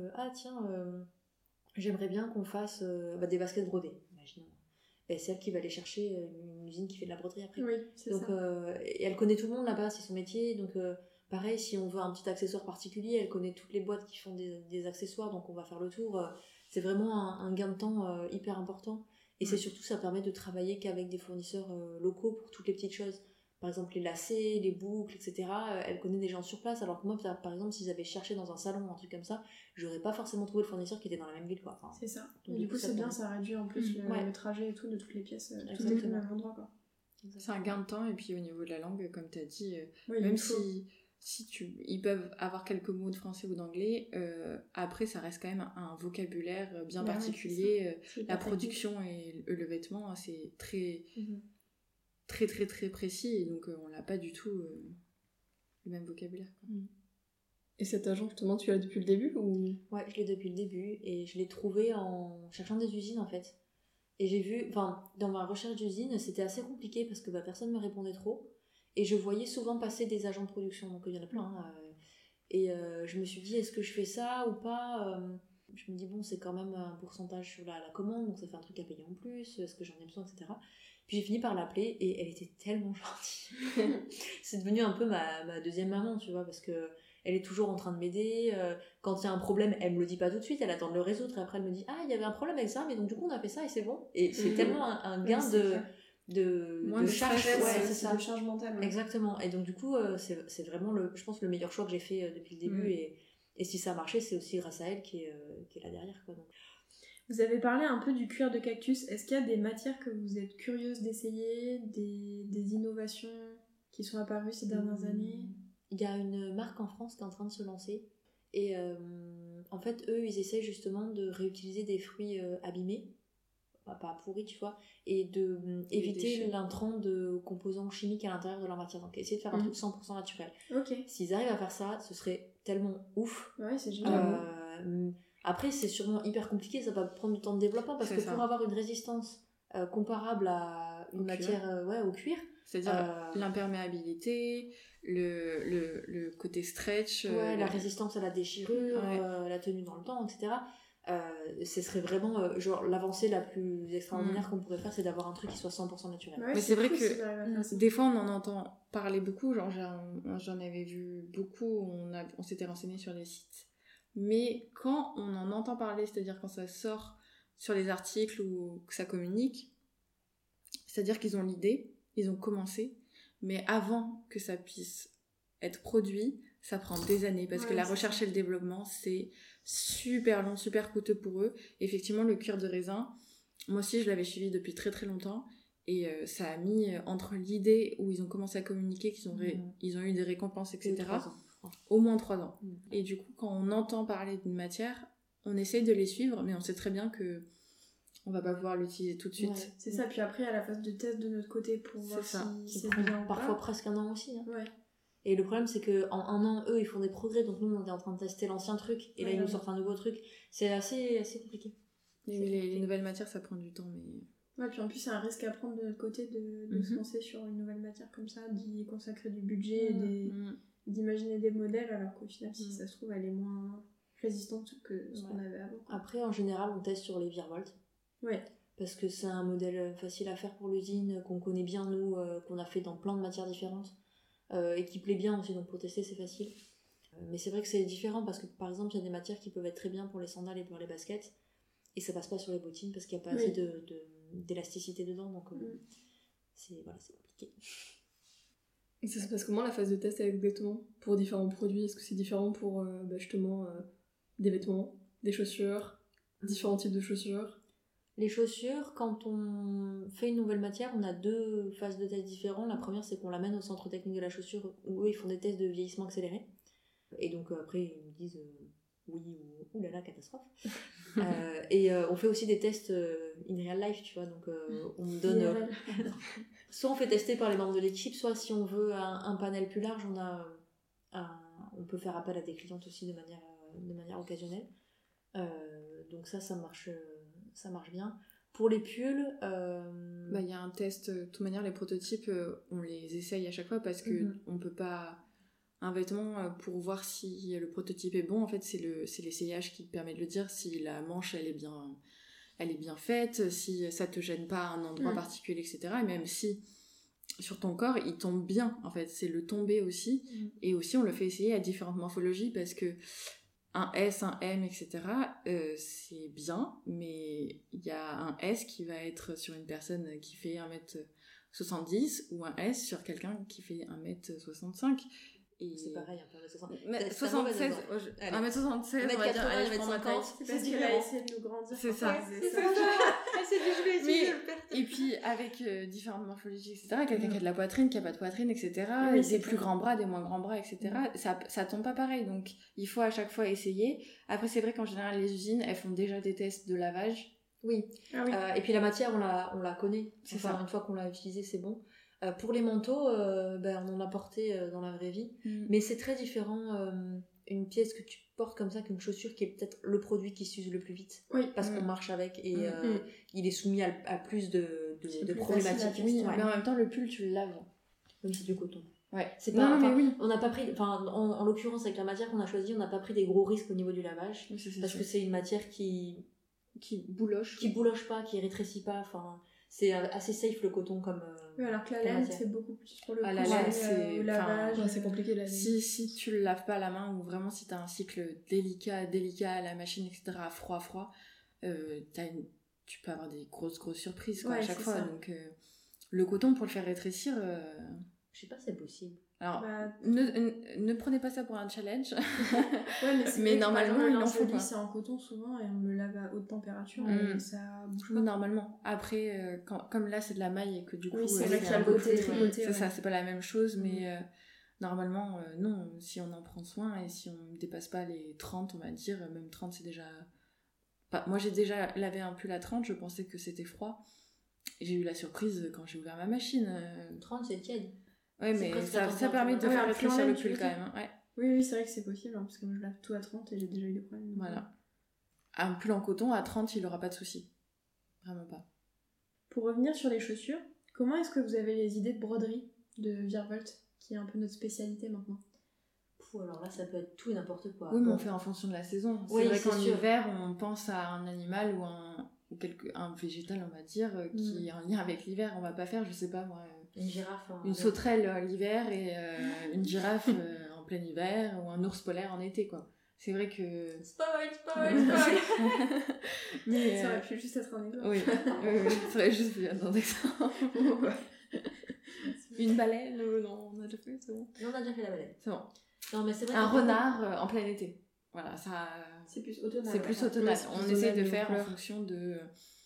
j'aimerais bien qu'on fasse des baskets brodées, imaginons. Et c'est elle qui va aller chercher une usine qui fait de la broderie après. Oui, c'est donc, ça. Et elle connaît tout le monde là-bas, c'est son métier. Donc pareil, si on veut un petit accessoire particulier, elle connaît toutes les boîtes qui font des accessoires, donc on va faire le tour. C'est vraiment un gain de temps hyper important. Et c'est surtout, ça permet de travailler qu'avec des fournisseurs locaux pour toutes les petites choses. Par exemple, les lacets, les boucles, etc. Elle connaît des gens sur place, alors que moi, par exemple, si j'avais cherché dans un salon, un truc comme ça, j'aurais pas forcément trouvé le fournisseur qui était dans la même ville, quoi. Enfin, c'est ça. Et du coup, c'est bien, ça réduit en plus le trajet et tout de toutes les pièces, tout au même endroit, quoi. C'est un gain de temps, et puis au niveau de la langue, comme tu as dit, même si ils peuvent avoir quelques mots de français ou d'anglais, après ça reste quand même un vocabulaire bien particulier. La production et le vêtement, c'est très, très très très précis, et donc on n'a pas du tout le même vocabulaire. Et cet agent, justement, tu l'as depuis le début ou... Ouais, je l'ai depuis le début, et je l'ai trouvé en cherchant des usines en fait. Et j'ai vu, dans ma recherche d'usine, c'était assez compliqué parce que personne ne me répondait trop. Et je voyais souvent passer des agents de production, donc il y en a plein. Et je me suis dit, est-ce que je fais ça ou pas Je me dis, bon, c'est quand même un pourcentage sur la commande, donc ça fait un truc à payer en plus, est-ce que j'en ai besoin, etc. Puis j'ai fini par l'appeler, et elle était tellement gentille. C'est devenu un peu ma deuxième maman, tu vois, parce que elle est toujours en train de m'aider. Quand il y a un problème, elle me le dit pas tout de suite, elle attend de le résoudre et après elle me dit ah il y avait un problème avec ça, mais donc du coup on a fait ça et c'est bon. Et c'est tellement un gain de charge, stress, c'est ça, de charge mentale. Exactement. Et donc du coup c'est vraiment je pense le meilleur choix que j'ai fait depuis le début et si ça a marché, c'est aussi grâce à elle qui est là derrière quoi. Donc. Vous avez parlé un peu du cuir de cactus. Est-ce qu'il y a des matières que vous êtes curieuse d'essayer, des innovations qui sont apparues ces dernières années? Il y a une marque en France qui est en train de se lancer et en fait eux ils essayent justement de réutiliser des fruits abîmés, pas pourris tu vois, et éviter l'intrant de composants chimiques à l'intérieur de leur matière, donc essayer de faire un truc 100% naturel. S'ils arrivent à faire ça, ce serait tellement ouf. Ouais, c'est génial. Après, c'est sûrement hyper compliqué, ça va prendre du temps de développement parce que pour avoir une résistance comparable à une matière au cuir, c'est-à-dire l'imperméabilité, le côté stretch, la résistance à la déchirure, la tenue dans le temps, etc. Ce serait vraiment genre l'avancée la plus extraordinaire qu'on pourrait faire, c'est d'avoir un truc qui soit 100% naturel. Mais c'est vrai que des fois on en entend parler beaucoup, genre j'en avais vu beaucoup, on s'était renseigné sur les sites. Mais quand on en entend parler, c'est-à-dire quand ça sort sur les articles ou que ça communique, c'est-à-dire qu'ils ont l'idée, ils ont commencé, mais avant que ça puisse être produit, ça prend des années parce que la recherche et le développement, c'est super long, super coûteux pour eux. Effectivement, le cuir de raisin, moi aussi je l'avais suivi depuis très très longtemps et ça a mis entre l'idée où ils ont commencé à communiquer, qu'ils ont ils ont eu des récompenses, etc. Au moins 3 ans. Et du coup, quand on entend parler d'une matière, on essaye de les suivre, mais on sait très bien que on va pas pouvoir l'utiliser tout de suite. Ouais, c'est ça, puis après, à la phase de test de notre côté pour voir si c'est bien ou parfois pas. presque un an aussi. Hein. Ouais. Et le problème, c'est qu'en un an, eux, ils font des progrès, donc nous, on est en train de tester l'ancien truc, et là, ils nous sortent un nouveau truc. C'est assez compliqué. Les nouvelles matières, ça prend du temps, mais... Ouais, puis en plus, c'est un risque à prendre de notre côté de se lancer sur une nouvelle matière comme ça, d'y consacrer du budget, d'imaginer des modèles, alors qu'au final, si ça se trouve, elle est moins résistante que ce qu'on avait avant. Après, en général, on teste sur les Virvolt. Ouais. Parce que c'est un modèle facile à faire pour l'usine, qu'on connaît bien, nous, qu'on a fait dans plein de matières différentes, et qui plaît bien aussi, donc pour tester, c'est facile. Mais c'est vrai que c'est différent parce que, par exemple, il y a des matières qui peuvent être très bien pour les sandales et pour les baskets, et ça passe pas sur les bottines parce qu'il n'y a pas assez d'élasticité dedans, donc c'est compliqué. Et ça se passe comment la phase de test exactement pour différents produits? Est-ce que c'est différent pour justement des vêtements, des chaussures, différents types de chaussures? Les chaussures, quand on fait une nouvelle matière, on a 2 phases de tests différentes. La première, c'est qu'on l'amène au centre technique de la chaussure où eux, ils font des tests de vieillissement accéléré. Et donc après, ils nous disent oui ou oulala, catastrophe. Et on fait aussi des tests in real life, tu vois. Donc on me donne... soit on fait tester par les membres de l'équipe, soit si on veut un panel plus large, on peut faire appel à des clientes aussi de manière occasionnelle. Donc ça marche bien. Pour les pulls... y a un test, de toute manière les prototypes, on les essaye à chaque fois parce que on peut pas... Un vêtement, pour voir si le prototype est bon, en fait c'est l'essayage qui permet de le dire, si la manche elle est bien faite, si ça te gêne pas à un endroit particulier, etc. Et même si sur ton corps il tombe bien, en fait c'est le tomber aussi. Et aussi on le fait essayer à différentes morphologies parce que un S, un M, etc. C'est bien, mais il y a un S qui va être sur une personne qui fait 1m70 ou un S sur quelqu'un qui fait 1m65. Et c'est pareil, un peu 1m76, on va dire, allez, je prends ma taille. C'est parce qu'elle a essayé de nous grandir. C'est ça. Et puis, avec différentes morphologies, etc., quelqu'un qui a de la poitrine, qui a pas de poitrine, etc., des plus grands bras, des moins grands bras, etc., ça tombe pas pareil. Donc, il faut à chaque fois essayer. Après, c'est vrai qu'en général, les usines, elles font déjà des tests de lavage. Oui. Et puis la matière, on la connaît. C'est ça. Une fois qu'on l'a utilisée, c'est bon. Pour les manteaux, on en a porté dans la vraie vie, mais c'est très différent une pièce que tu portes comme ça qu'une chaussure qui est peut-être le produit qui s'use le plus vite, parce qu'on marche avec et il est soumis à plus de problématiques. Oui, mais en même temps le pull tu le laves. Oui, c'est du coton. Ouais. C'est pas, on n'a pas pris, en l'occurrence avec la matière qu'on a choisie, on n'a pas pris des gros risques au niveau du lavage, parce que c'est une matière qui bouloche pas, qui rétrécit pas, c'est assez safe le coton comme. Oui, alors que la comme laine, matière. c'est beaucoup plus pour le Ah, la coucher, laine, c'est- au lavage. Ouais, c'est compliqué la laine. Si tu le laves pas à la main, ou vraiment si t'as un cycle délicat à la machine, etc., froid, tu peux avoir des grosses surprises quoi, Ouais, à chaque c'est fois. ça. Donc, le coton, pour le faire rétrécir, Je sais pas si c'est possible. alors, Bah, ne prenez pas ça pour un challenge. ouais, mais c'est Mais vrai que, par normalement, exemple, il un en linge faut, de quoi. lit, c'est en coton souvent et on le lave à haute température Mm. et ça bouge Oui, pas. normalement. Après, comme là, c'est de la maille et que du coup, Oui, c'est il vrai y qu'il a y a un le peu côté plus, tricoté, c'est ouais. ça, c'est pas la même chose, Mm. mais normalement, non, si on en prend soin et si on ne dépasse pas les 30, on va dire, même 30, c'est déjà... Moi, j'ai déjà lavé un pull à 30, je pensais que c'était froid. Et j'ai eu la surprise quand j'ai ouvert ma machine. 30, c'est tiède. Ouais, C'est mais presque la ça permet de température. faire Ouais, rétrécir un le pull en pull laine, quand tu même. Ouais. Oui, c'est vrai que c'est possible, hein, parce que moi je lave tout à 30 et j'ai déjà eu des problèmes. donc, Voilà. Un pull en coton, à 30, il aura pas de souci. Vraiment pas. Pour revenir sur les chaussures, comment est-ce que vous avez les idées de broderie de Virvolt, qui est un peu notre spécialité maintenant? Alors là, ça peut être tout et n'importe quoi. Oui, mais Bon. on fait en fonction de la saison. Oui, C'est vrai c'est qu'en sûr. hiver, on pense à un animal ou un végétal, on va dire, qui est en lien avec l'hiver. On va pas faire, je sais pas moi, Une girafe. une sauterelle l'hiver et une girafe en plein hiver ou un ours polaire en été, quoi. C'est vrai que... Spoil. Mais, Ça aurait pu juste être un exemple. oui, ça aurait juste pu être un exemple. Une baleine, non, on a déjà fait, c'est bon. Non, on a déjà fait la baleine. C'est bon. Non, mais c'est vrai Un que- renard en plein été. Voilà, ça... C'est plus automnal. C'est plus ouais. automnal. Ouais, c'est plus On essaie de automnal, faire en couleurs. fonction de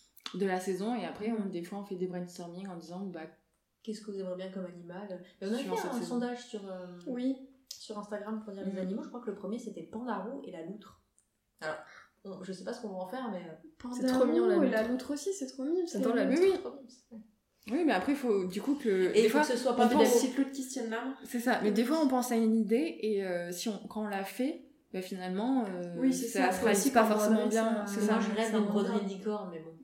la saison et après, des fois, on fait des brainstorming en disant bah, Qu'est-ce que vous aimeriez bien comme animal? Et on a Suivant fait cette un saison. sondage Oui, sur Instagram pour dire les Mhm. animaux. Je crois que le premier c'était le pandarou et la loutre. Alors, je sais pas ce qu'on va en faire, mais. Pandarou trop mignon, la et loutre. la loutre aussi, c'est trop mignon. parce J'adore qu'elle- la oui, loutre. oui. Oui, mais après, il faut du coup que. Et des il faut fois, que ce soit on pas Des pense- petites loutres qui se tiennent la main. C'est ça. Mais des fois, on pense à une idée et quand on l'a fait, bah, finalement, Oui, c'est ça ça. se réalise Aussi, pas quand forcément broderie, bien. ça- C'est Moi, ça. je rêve ça d'une me broderie rend de licorne, mais bon.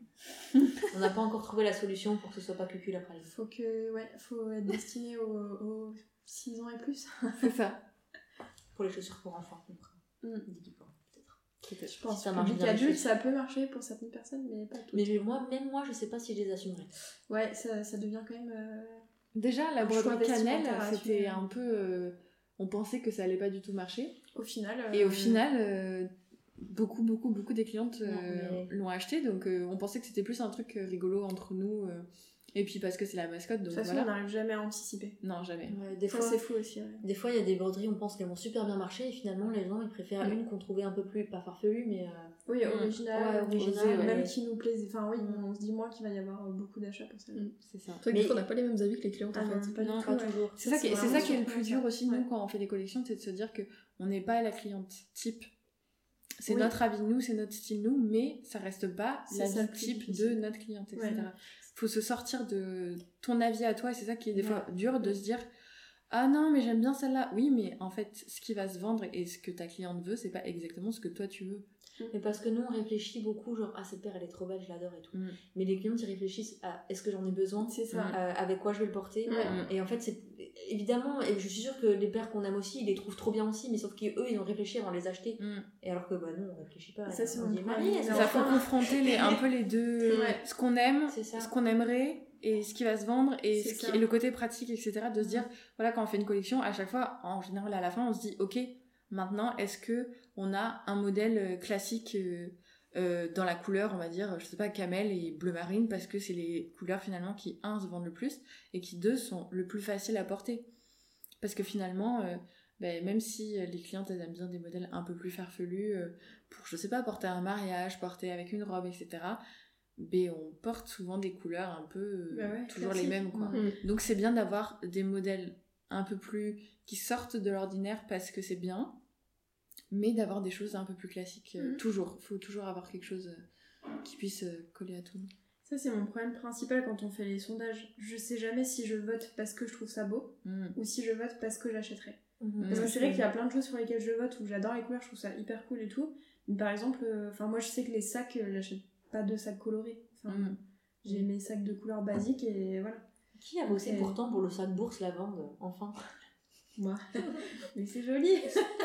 On n'a pas encore trouvé la solution pour que ce soit pas cucul après. Faut être destiné aux 6 ans et plus. C'est ça. Pour les chaussures pour enfants, on fera Mm. des licornes, peut-être. Je pense Si ça que marche public bien, adulte, les ça peut marcher pour certaines personnes, mais pas toutes. Mais même moi, je sais pas si je les assumerais. Ouais, ça devient quand même... Déjà, la Un choix broderie cannelle, vestimentaire à c'était assumer. un peu. On pensait que ça allait pas du tout marcher. Au final... Et au final, beaucoup des clientes Non, mais- l'ont acheté. Donc, on pensait que c'était plus un truc rigolo entre nous. Et puis parce que c'est la mascotte, De donc toute façon, on voilà. n'arrive jamais à anticiper. Non, jamais. Des Ça, fois, c'est fou aussi. Ouais. des fois, il y a des broderies, on pense qu'elles vont super bien marcher, et finalement, les gens, ils préfèrent une qu'on trouvait un peu plus, pas farfelue, mais Oui, original, Ouais, original, même ouais. qui nous plaisait. Enfin, oui, on se dit moi qu'il va y avoir beaucoup d'achats pour ça. C'est ça. C'est vrai que Mais- des fois, on n'a pas les mêmes avis que les clients Ah en non, fait. pas du Non, tout. pas ouais. toujours. C'est ça qui est vraiment le surprenant, plus ça. dur aussi, Ouais. nous, quand on fait des collections, c'est de se dire que on n'est pas la cliente type. C'est Oui. notre avis, nous, c'est notre style, nous, mais ça reste pas C'est ça l'avis le plus type difficile. de notre cliente, etc. Ouais. Faut se sortir de ton avis à toi, et c'est ça qui est des Ouais. fois dur de se dire ah non, mais j'aime bien celle-là. Oui, mais en fait, ce qui va se vendre et ce que ta cliente veut, c'est pas exactement ce que toi tu veux. Mais parce que nous, on réfléchit beaucoup, genre, ah, cette paire, elle est trop belle, je l'adore et tout. Mm. Mais les clients, ils réfléchissent à est-ce que j'en ai besoin, C'est ça. avec quoi je vais le porter. Ouais. Et en fait, c'est évidemment, et je suis sûre que les paires qu'on aime aussi, ils les trouvent trop bien aussi, mais sauf qu'eux, ils ont réfléchi avant de les acheter. Mm. Et alors que, bah, nous, on réfléchit pas. Ça, c'est on mon dit, problème. Marie, Mais est-ce Ça, que- faut confronter un peu les deux, Ouais. ce qu'on aime, C'est ça. ce qu'on aimerait et ce qui va se vendre et, C'est ça. et le côté pratique, etc. De se dire, voilà, quand on fait une collection, à chaque fois, en général, à la fin, on se dit, ok, maintenant, est-ce que on a un modèle classique dans la couleur, on va dire, je sais pas, camel et bleu marine, parce que c'est les couleurs finalement qui, un, se vendent le plus et qui, deux, sont le plus faciles à porter. Parce que finalement, même si les clientes elles aiment bien des modèles un peu plus farfelus, pour, je sais pas, porter un mariage, porter avec une robe, etc., on porte souvent des couleurs un peu Bah ouais, toujours classique. les mêmes, quoi. Mhm. Donc c'est bien d'avoir des modèles un peu plus qui sortent de l'ordinaire parce que c'est bien, mais d'avoir des choses un peu plus classiques. Toujours, faut toujours avoir quelque chose qui puisse coller à tout. Ça, c'est mon problème principal quand on fait les sondages. Je sais jamais si je vote parce que je trouve ça beau ou si je vote parce que j'achèterai. Parce que c'est vrai qu'il y a plein de choses sur lesquelles je vote où j'adore les couleurs, je trouve ça hyper cool et tout. Mais par exemple, moi je sais que les sacs, j'achète pas de sacs colorés. J'ai mes sacs de couleurs basiques et voilà. Qui a bossé Ok. pourtant pour le sac bourse lavande, enfin? Moi. Mais c'est joli.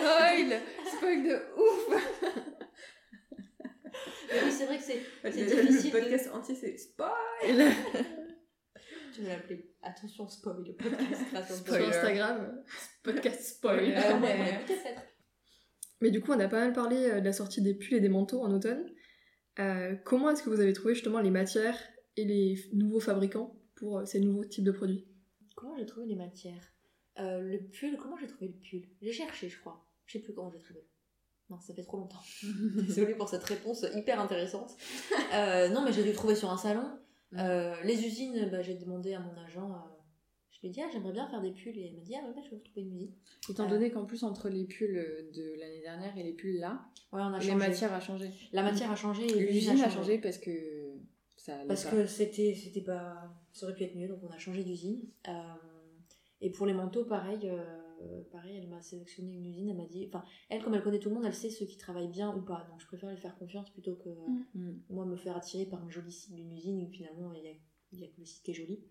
Spoil de ouf. Mais oui, c'est vrai que c'est Le difficile. podcast entier, c'est spoil. Tu vas l'appeler attention spoil le podcast création de Sur Instagram, podcast spoil. peut-être. Mais du coup, on a pas mal parlé de la sortie des pulls et des manteaux en automne. Comment est-ce que vous avez trouvé justement les matières et les nouveaux fabricants pour ces nouveaux types de produits? Comment j'ai trouvé les matières? Le pull, comment j'ai trouvé le pull? J'ai cherché, je crois. Je sais plus comment j'ai trouvé. Non, ça fait trop longtemps. Désolée pour cette réponse hyper intéressante. Non, mais j'ai dû le trouver sur un salon. Les usines, j'ai demandé à mon agent, je lui ai dit, j'aimerais bien faire des pulls, et elle m'a dit, je vais vous trouver une usine. Étant donné qu'en plus, entre les pulls de l'année dernière et les pulls là, on a les changé. matières a changé. La matière a changé et l'usine a changé parce que ça allait parce pas. que c'était pas, ça aurait pu être mieux, donc on a changé d'usine. Et pour les manteaux, pareil, elle m'a sélectionné une usine, elle m'a dit, elle, comme elle connaît tout le monde, elle sait ceux qui travaillent bien ou pas, donc je préfère lui faire confiance plutôt que moi me faire attirer par un joli site d'une usine où finalement il y a que le site qui est joli.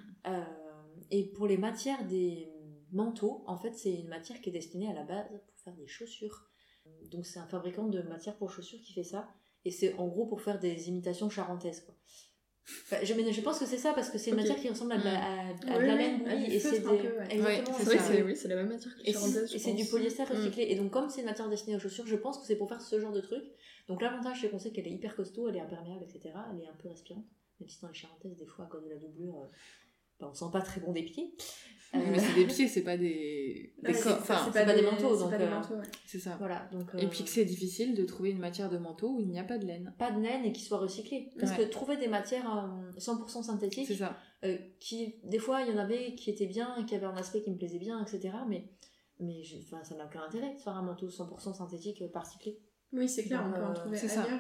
Et pour les matières des manteaux, en fait c'est une matière qui est destinée à la base pour faire des chaussures, donc c'est un fabricant de matière pour chaussures qui fait ça, et c'est en gros pour faire des imitations charentaises, quoi. Je pense que c'est ça, parce que c'est une matière qui ressemble à de la laine bouillie, et c'est exactement, c'est la même matière que les charentaises, et c'est du polyester recyclé, et donc comme c'est une matière destinée aux chaussures, je pense que c'est pour faire ce genre de truc. Donc l'avantage c'est qu'on sait qu'elle est hyper costaud, elle est imperméable, etc. Elle est un peu respirante, même si dans les charentaises des fois à cause de la doublure on sent pas très bon des pieds. Mais c'est des pieds, c'est pas des corps, c'est pas des manteaux, donc c'est ça. Voilà, donc et puis que c'est difficile de trouver une matière de manteau où il n'y a pas de laine. Pas de laine et qui soit recyclée, parce que trouver des matières 100% synthétiques, c'est ça. Qui des fois il y en avait qui étaient bien, qui avaient un aspect qui me plaisait bien, etc. Mais ça n'a aucun intérêt de faire un manteau 100% synthétique par cyclé. Oui, c'est clair, on peut en trouver ailleurs.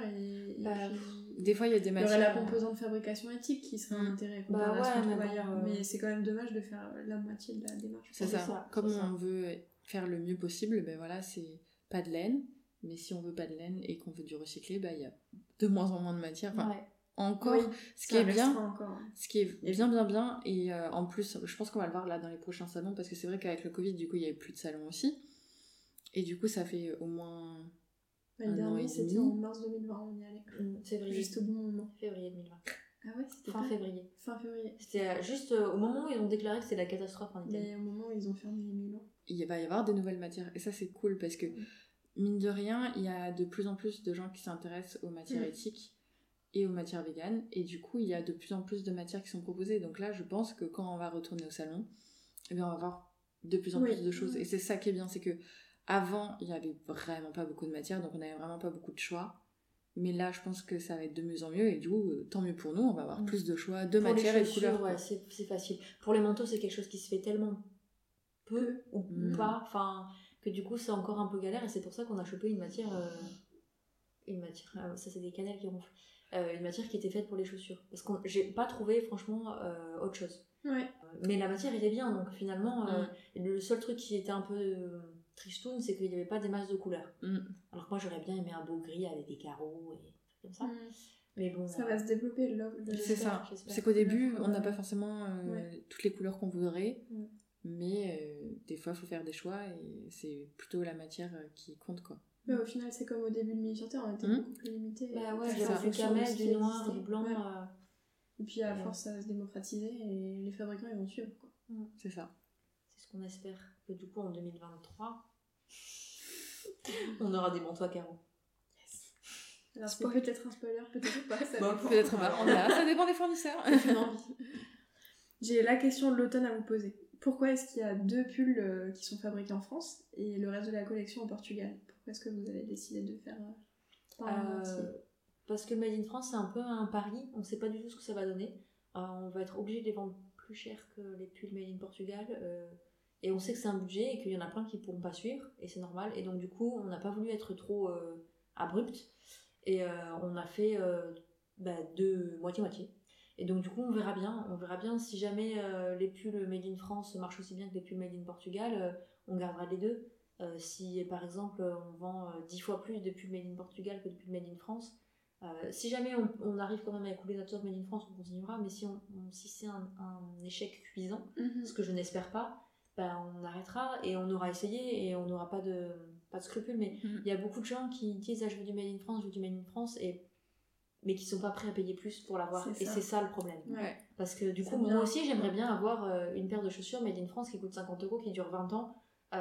Des fois, il y a des matières. Il y aurait la composante fabrication éthique qui serait un intérêt ailleurs. Mais c'est quand même dommage de faire la moitié de la démarche. C'est ça. Comme on veut faire le mieux possible, c'est pas de laine. Mais si on veut pas de laine et qu'on veut du recyclé, il y a de moins en moins de matière. Encore, ce qui est bien, ce qui est bien, et en plus, je pense qu'on va le voir là dans les prochains salons, parce que c'est vrai qu'avec le Covid, du coup, il y avait plus de salons aussi. Et du coup, ça fait au moins. Le dernier, c'était en mars 2020, on y allait. Février. Juste au bon moment. Février 2020. Ah ouais, c'était fin février. Fin février. C'était juste au moment où ils ont déclaré que c'était la catastrophe en Italie. Mais au moment où ils ont fermé les Milan. Il va y avoir des nouvelles matières. Et ça, c'est cool parce que, mine de rien, il y a de plus en plus de gens qui s'intéressent aux matières éthiques et aux matières véganes. Et du coup, il y a de plus en plus de matières qui sont proposées. Donc là, je pense que quand on va retourner au salon, on va avoir de plus en plus de choses. Et c'est ça qui est bien, c'est que avant, il y avait vraiment pas beaucoup de matière, donc on avait vraiment pas beaucoup de choix. Mais là, je pense que ça va être de mieux en mieux, et du coup, tant mieux pour nous, on va avoir plus de choix de matière et de couleurs. Ouais, c'est facile. Pour les manteaux, c'est quelque chose qui se fait tellement peu ou pas, que du coup, c'est encore un peu galère, et c'est pour ça qu'on a chopé une matière, ça c'est des cannelles qui ronflent, une matière qui était faite pour les chaussures. Parce que j'ai pas trouvé, franchement, autre chose. Mais la matière était bien, donc finalement, le seul truc qui était un peu tristoun, c'est qu'il n'y avait pas des masses de couleurs. Alors que moi, j'aurais bien aimé un beau gris avec des carreaux et des trucs comme ça. Mais bon, ça va se développer. C'est ça. C'est qu'au début, on n'a pas forcément toutes les couleurs qu'on voudrait, mais des fois, il faut faire des choix et c'est plutôt la matière qui compte, quoi. Mais au final, c'est comme au début de Mini sur Terre, on était beaucoup plus limité. J'avais du camel, du noir, du blanc. Et puis à force, ça va se démocratiser et les fabricants, ils vont suivre, quoi. C'est ça. C'est ce qu'on espère. Que du coup, en 2023, on aura des manteaux à carreaux. Yes. Alors, c'est peut-être un spoiler, peut-être pas. Peut-être pas. Ça dépend des fournisseurs. J'ai la question de l'automne à vous poser. Pourquoi est-ce qu'il y a 2 pulls qui sont fabriqués en France et le reste de la collection au Portugal? Pourquoi est-ce que vous avez décidé de faire parce que Made in France, c'est un peu un pari. On ne sait pas du tout ce que ça va donner. On va être obligé de les vendre plus cher que les pulls Made in Portugal. Et on sait que c'est un budget et qu'il y en a plein qui ne pourront pas suivre. Et c'est normal. Et donc, du coup, on n'a pas voulu être trop abrupt. Et on a fait de moitié-moitié. Et donc, du coup, on verra bien. On verra bien si jamais les pulls Made in France marchent aussi bien que les pulls Made in Portugal. On gardera les deux. Si, par exemple, on vend 10 fois plus de pulls Made in Portugal que de pulls Made in France, si jamais on arrive quand même à écouler notre sauce Made in France, on continuera. Mais si c'est un échec cuisant, ce que je n'espère pas, on arrêtera et on aura essayé et on n'aura pas de scrupules. Mais il y a beaucoup de gens qui disent je veux du Made in France, et mais qui sont pas prêts à payer plus pour l'avoir. Et c'est ça le problème. Ouais. Parce que du coup, moi aussi, j'aimerais bien avoir une paire de chaussures made in France qui coûte 50 €, qui dure 20 ans.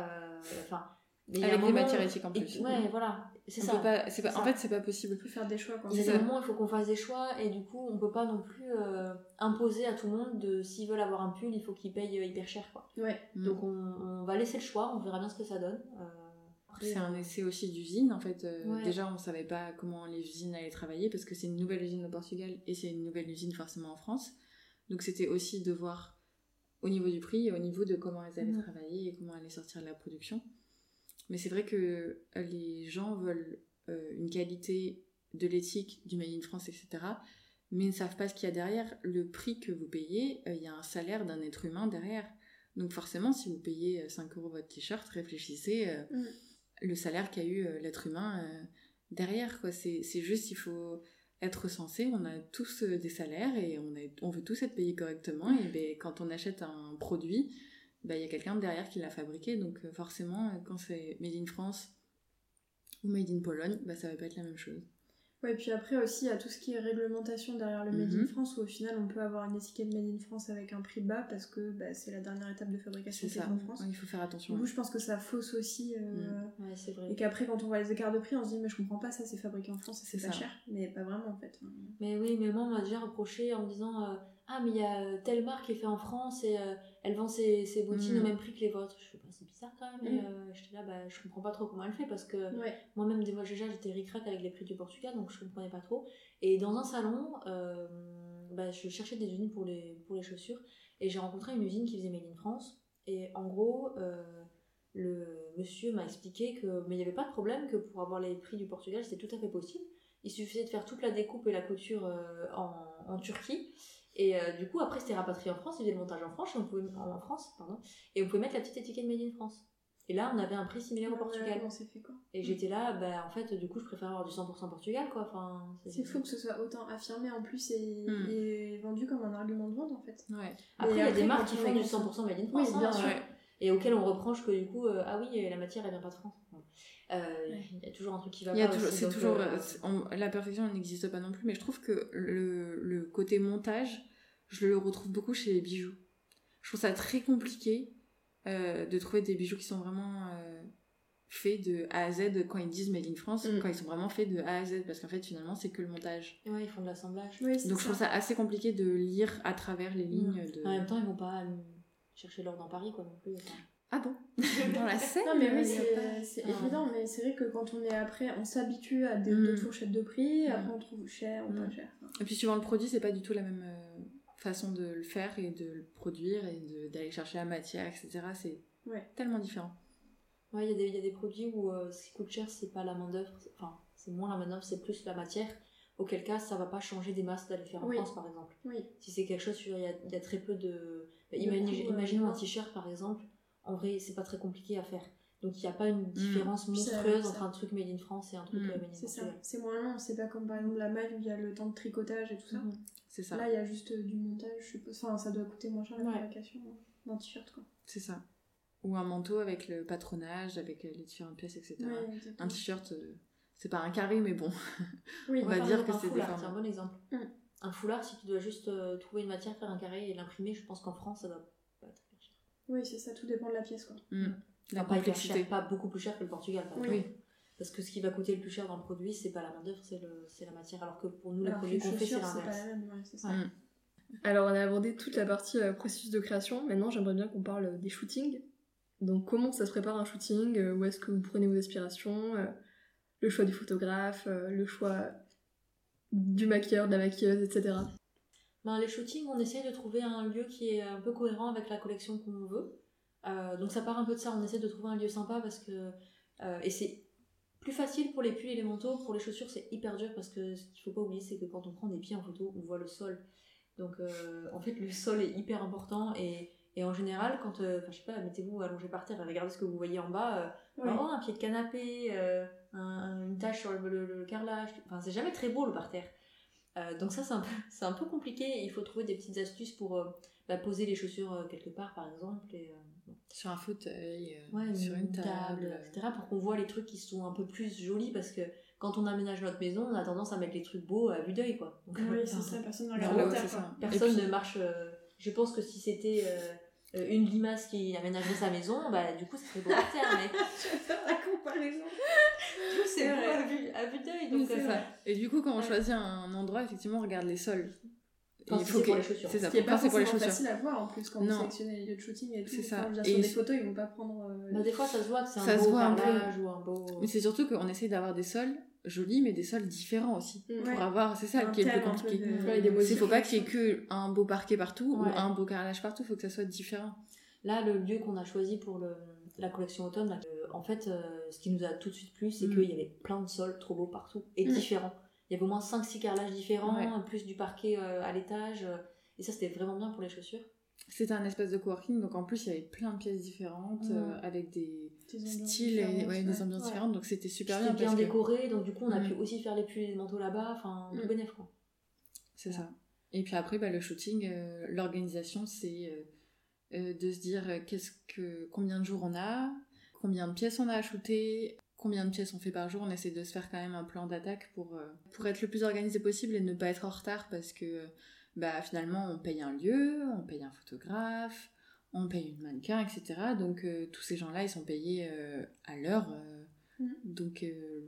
Avec des matières éthiques en plus. Ouais, voilà. C'est ça. En fait, c'est pas possible. Il faut faire des choix, quoi. Il y a des moments où il faut qu'on fasse des choix, et du coup, on peut pas non plus imposer à tout le monde de s'ils veulent avoir un pull, il faut qu'ils payent hyper cher, quoi. Ouais. Donc, on va laisser le choix, on verra bien ce que ça donne. C'est un essai aussi d'usine, en fait. Déjà, on savait pas comment les usines allaient travailler, parce que c'est une nouvelle usine au Portugal, et c'est une nouvelle usine forcément en France. Donc, c'était aussi de voir au niveau du prix, et au niveau de comment elles allaient travailler, et comment elles allaient sortir de la production. Mais c'est vrai que les gens veulent une qualité, de l'éthique, du Made in France, etc. Mais ils ne savent pas ce qu'il y a derrière. Le prix que vous payez, il y a un salaire d'un être humain derrière. Donc forcément, si vous payez 5 € votre t-shirt, réfléchissez le salaire qu'a eu l'être humain derrière, quoi. C'est juste, il faut être censé. On a tous des salaires et on veut tous être payés correctement. Et ben, quand on achète un produit, il y a quelqu'un derrière qui l'a fabriqué. Donc forcément, quand c'est Made in France ou Made in Pologne, ça va pas être la même chose. Ouais, et puis après aussi, il y a tout ce qui est réglementation derrière le Made in France, où au final, on peut avoir une étiquette Made in France avec un prix bas parce que c'est la dernière étape de fabrication qui est en France. Ouais, il faut faire attention. Du coup, je pense que ça fausse aussi. Ouais, c'est vrai. Et qu'après, quand on voit les écarts de prix, on se dit, mais je comprends pas, ça c'est fabriqué en France et c'est pas cher. Mais pas vraiment en fait. Mais oui, mais moi, on m'a déjà reproché en me disant ah, mais il y a telle marque qui est faite en France et elle vend ses bottines au même prix que les vôtres. Je fais c'est bizarre quand même. Et j'étais là, je comprends pas trop comment elle fait parce que moi-même, des fois, déjà, j'étais ric-rac avec les prix du Portugal, donc je comprenais pas trop. Et dans un salon, je cherchais des usines pour les chaussures et j'ai rencontré une usine qui faisait Made in France. Et en gros, le monsieur m'a expliqué mais il n'y avait pas de problème, que pour avoir les prix du Portugal, c'était tout à fait possible. Il suffisait de faire toute la découpe et la couture en Turquie. Et du coup, après, c'était rapatrié en France, il faisait le montage en France, et on pouvait mettre la petite étiquette Made in France. Et là, on avait un prix similaire au Portugal. On s'est fait quoi. Et j'étais là, en fait, du coup, je préfère avoir du 100% Portugal, quoi. Enfin, c'est fou que ce soit autant affirmé en plus et vendu comme un argument de vente, en fait. Ouais. Après, il y a des marques qui font du 100% Made in France. Oui, bien sûr. Et auxquelles on reproche que du coup, la matière, elle vient pas de France. Il y a toujours un truc qui va pas. La perfection n'existe pas non plus, mais je trouve que le côté montage, je le retrouve beaucoup chez les bijoux. Je trouve ça très compliqué de trouver des bijoux qui sont vraiment faits de A à Z quand ils disent Made in France, quand ils sont vraiment faits de A à Z, parce qu'en fait finalement c'est que le montage. Ouais, ils font de l'assemblage. Oui, donc je trouve ça assez compliqué de lire à travers les lignes. En même temps, ils vont pas chercher l'or dans Paris, quoi, non plus. Ah bon. Dans la scène. Non mais oui, c'est évident, mais c'est vrai que quand on est après, on s'habitue à d'autres fourchettes de prix, après on trouve cher ou pas cher. Et puis suivant le produit, c'est pas du tout la même façon de le faire et de le produire et d'aller chercher la matière, etc. C'est tellement différent. Ouais, il y a des produits où ce qui coûte cher, c'est pas la main-d'œuvre, enfin, c'est moins la main-d'œuvre, c'est plus la matière. Auquel cas, ça va pas changer des masses d'aller faire en France, par exemple. Oui. Si c'est quelque chose, il y a très peu de. Imaginons un t-shirt, par exemple. En vrai, c'est pas très compliqué à faire. Donc, il n'y a pas une différence monstrueuse entre un truc made in France et un truc made in Portugal. C'est ça. C'est moins long. C'est pas comme par exemple la maille où il y a le temps de tricotage et tout ça. C'est ça. Là, il y a juste du montage. Je suppose. Enfin, ça doit coûter moins cher la fabrication d'un t-shirt, quoi. C'est ça. Ou un manteau avec le patronage, avec les différentes pièces, etc. Un t-shirt, c'est pas un carré, mais bon. Oui, on va dire que c'est foulard, c'est un bon exemple. Un foulard, si tu dois juste trouver une matière, faire un carré et l'imprimer, je pense qu'en France, ça doit pas être hyper cher. Oui, c'est ça, tout dépend de la pièce, quoi. Pas hyper cher, pas beaucoup plus cher que le Portugal, par exemple. Parce que ce qui va coûter le plus cher dans le produit, c'est pas la main-d'œuvre, c'est la matière. Alors que pour nous, les produits qu'on fait, c'est l'inverse. C'est pas la même, c'est ça. Alors, on a abordé toute la partie processus de création. Maintenant, j'aimerais bien qu'on parle des shootings. Donc, comment ça se prépare un shooting? Où est-ce que vous prenez vos aspirations? Le choix du photographe, le choix du maquilleur, de la maquilleuse, etc. Les shootings, on essaye de trouver un lieu qui est un peu cohérent avec la collection qu'on veut. Donc ça part un peu de ça, on essaie de trouver un lieu sympa parce que... et c'est plus facile pour les pulls et les manteaux, pour les chaussures c'est hyper dur parce que ce qu'il faut pas oublier c'est que quand on prend des pieds en photo, on voit le sol. Donc en fait le sol est hyper important et en général quand, je sais pas, mettez-vous allongé par terre et regardez ce que vous voyez en bas, un pied de canapé, une tache sur le carrelage, enfin c'est jamais très beau le parterre. Donc ça c'est un peu compliqué et il faut trouver des petites astuces pour poser les chaussures quelque part par exemple et, sur un fauteuil, sur une table, etc. pour qu'on voit les trucs qui sont un peu plus jolis parce que quand on aménage notre maison, on a tendance à mettre les trucs beaux à vue d'œil, quoi. Donc, Oui, c'est ça, personne ne Ouais, regarde ouais, terre, c'est quoi. ça. personne ne marche. Je pense que si c'était une limace qui aménageait sa maison, bah du coup ça serait beau par terre, mais J'adore la comparaison. du coup c'est C'est beau vrai. à vue d'œil. Oui, Donc c'est ça. Et du coup, quand on choisit un endroit, effectivement, on regarde les sols. Enfin, Et si c'est pour les chaussures. C'est ça, Ce qui est pas quand c'est pour les forcément chaussures. facile à voir en plus quand Non. vous sélectionnez les lieux de shooting et tout. C'est ça. Enfin, je veux dire, Et sur des photos, ils vont pas prendre. Bah, des fois ça se voit que c'est Ça un se beau voit un peu. carrelage ou un beau. Mais c'est surtout qu'on essaye d'avoir des sols jolis, mais des sols différents aussi. Ouais. Pour avoir, c'est ça Un qui est le plus thème un peu compliqué. de- Ouais, des Il motifs. faut pas qu'il y ait que un beau parquet partout Ouais. ou un beau carrelage partout, il faut que ça soit différent. Là, le lieu qu'on a choisi pour la collection automne, là, en fait, ce qui nous a tout de suite plu, c'est qu'il y avait plein de sols trop beaux partout et différents. Il y avait au moins 5-6 carrelages différents, Ouais. plus du parquet à l'étage. Et ça, c'était vraiment bien pour les chaussures. C'était un espace de coworking, donc en plus il y avait plein de pièces différentes avec des styles et des ambiances différentes, donc c'était super C'était bien. bien parce que- décoré, donc du coup, on a Mm. pu aussi faire les pulls et les manteaux là-bas. Enfin, tout bénef, quoi. C'est ça. Et puis après, le shooting, l'organisation, c'est de se dire combien de jours on a, combien de pièces on a à shooter, combien de pièces on fait par jour. On essaie de se faire quand même un plan d'attaque pour être le plus organisé possible et ne pas être en retard parce que finalement on paye un lieu, on paye un photographe, on paye une mannequin, etc. Donc tous ces gens-là, ils sont payés à l'heure. Donc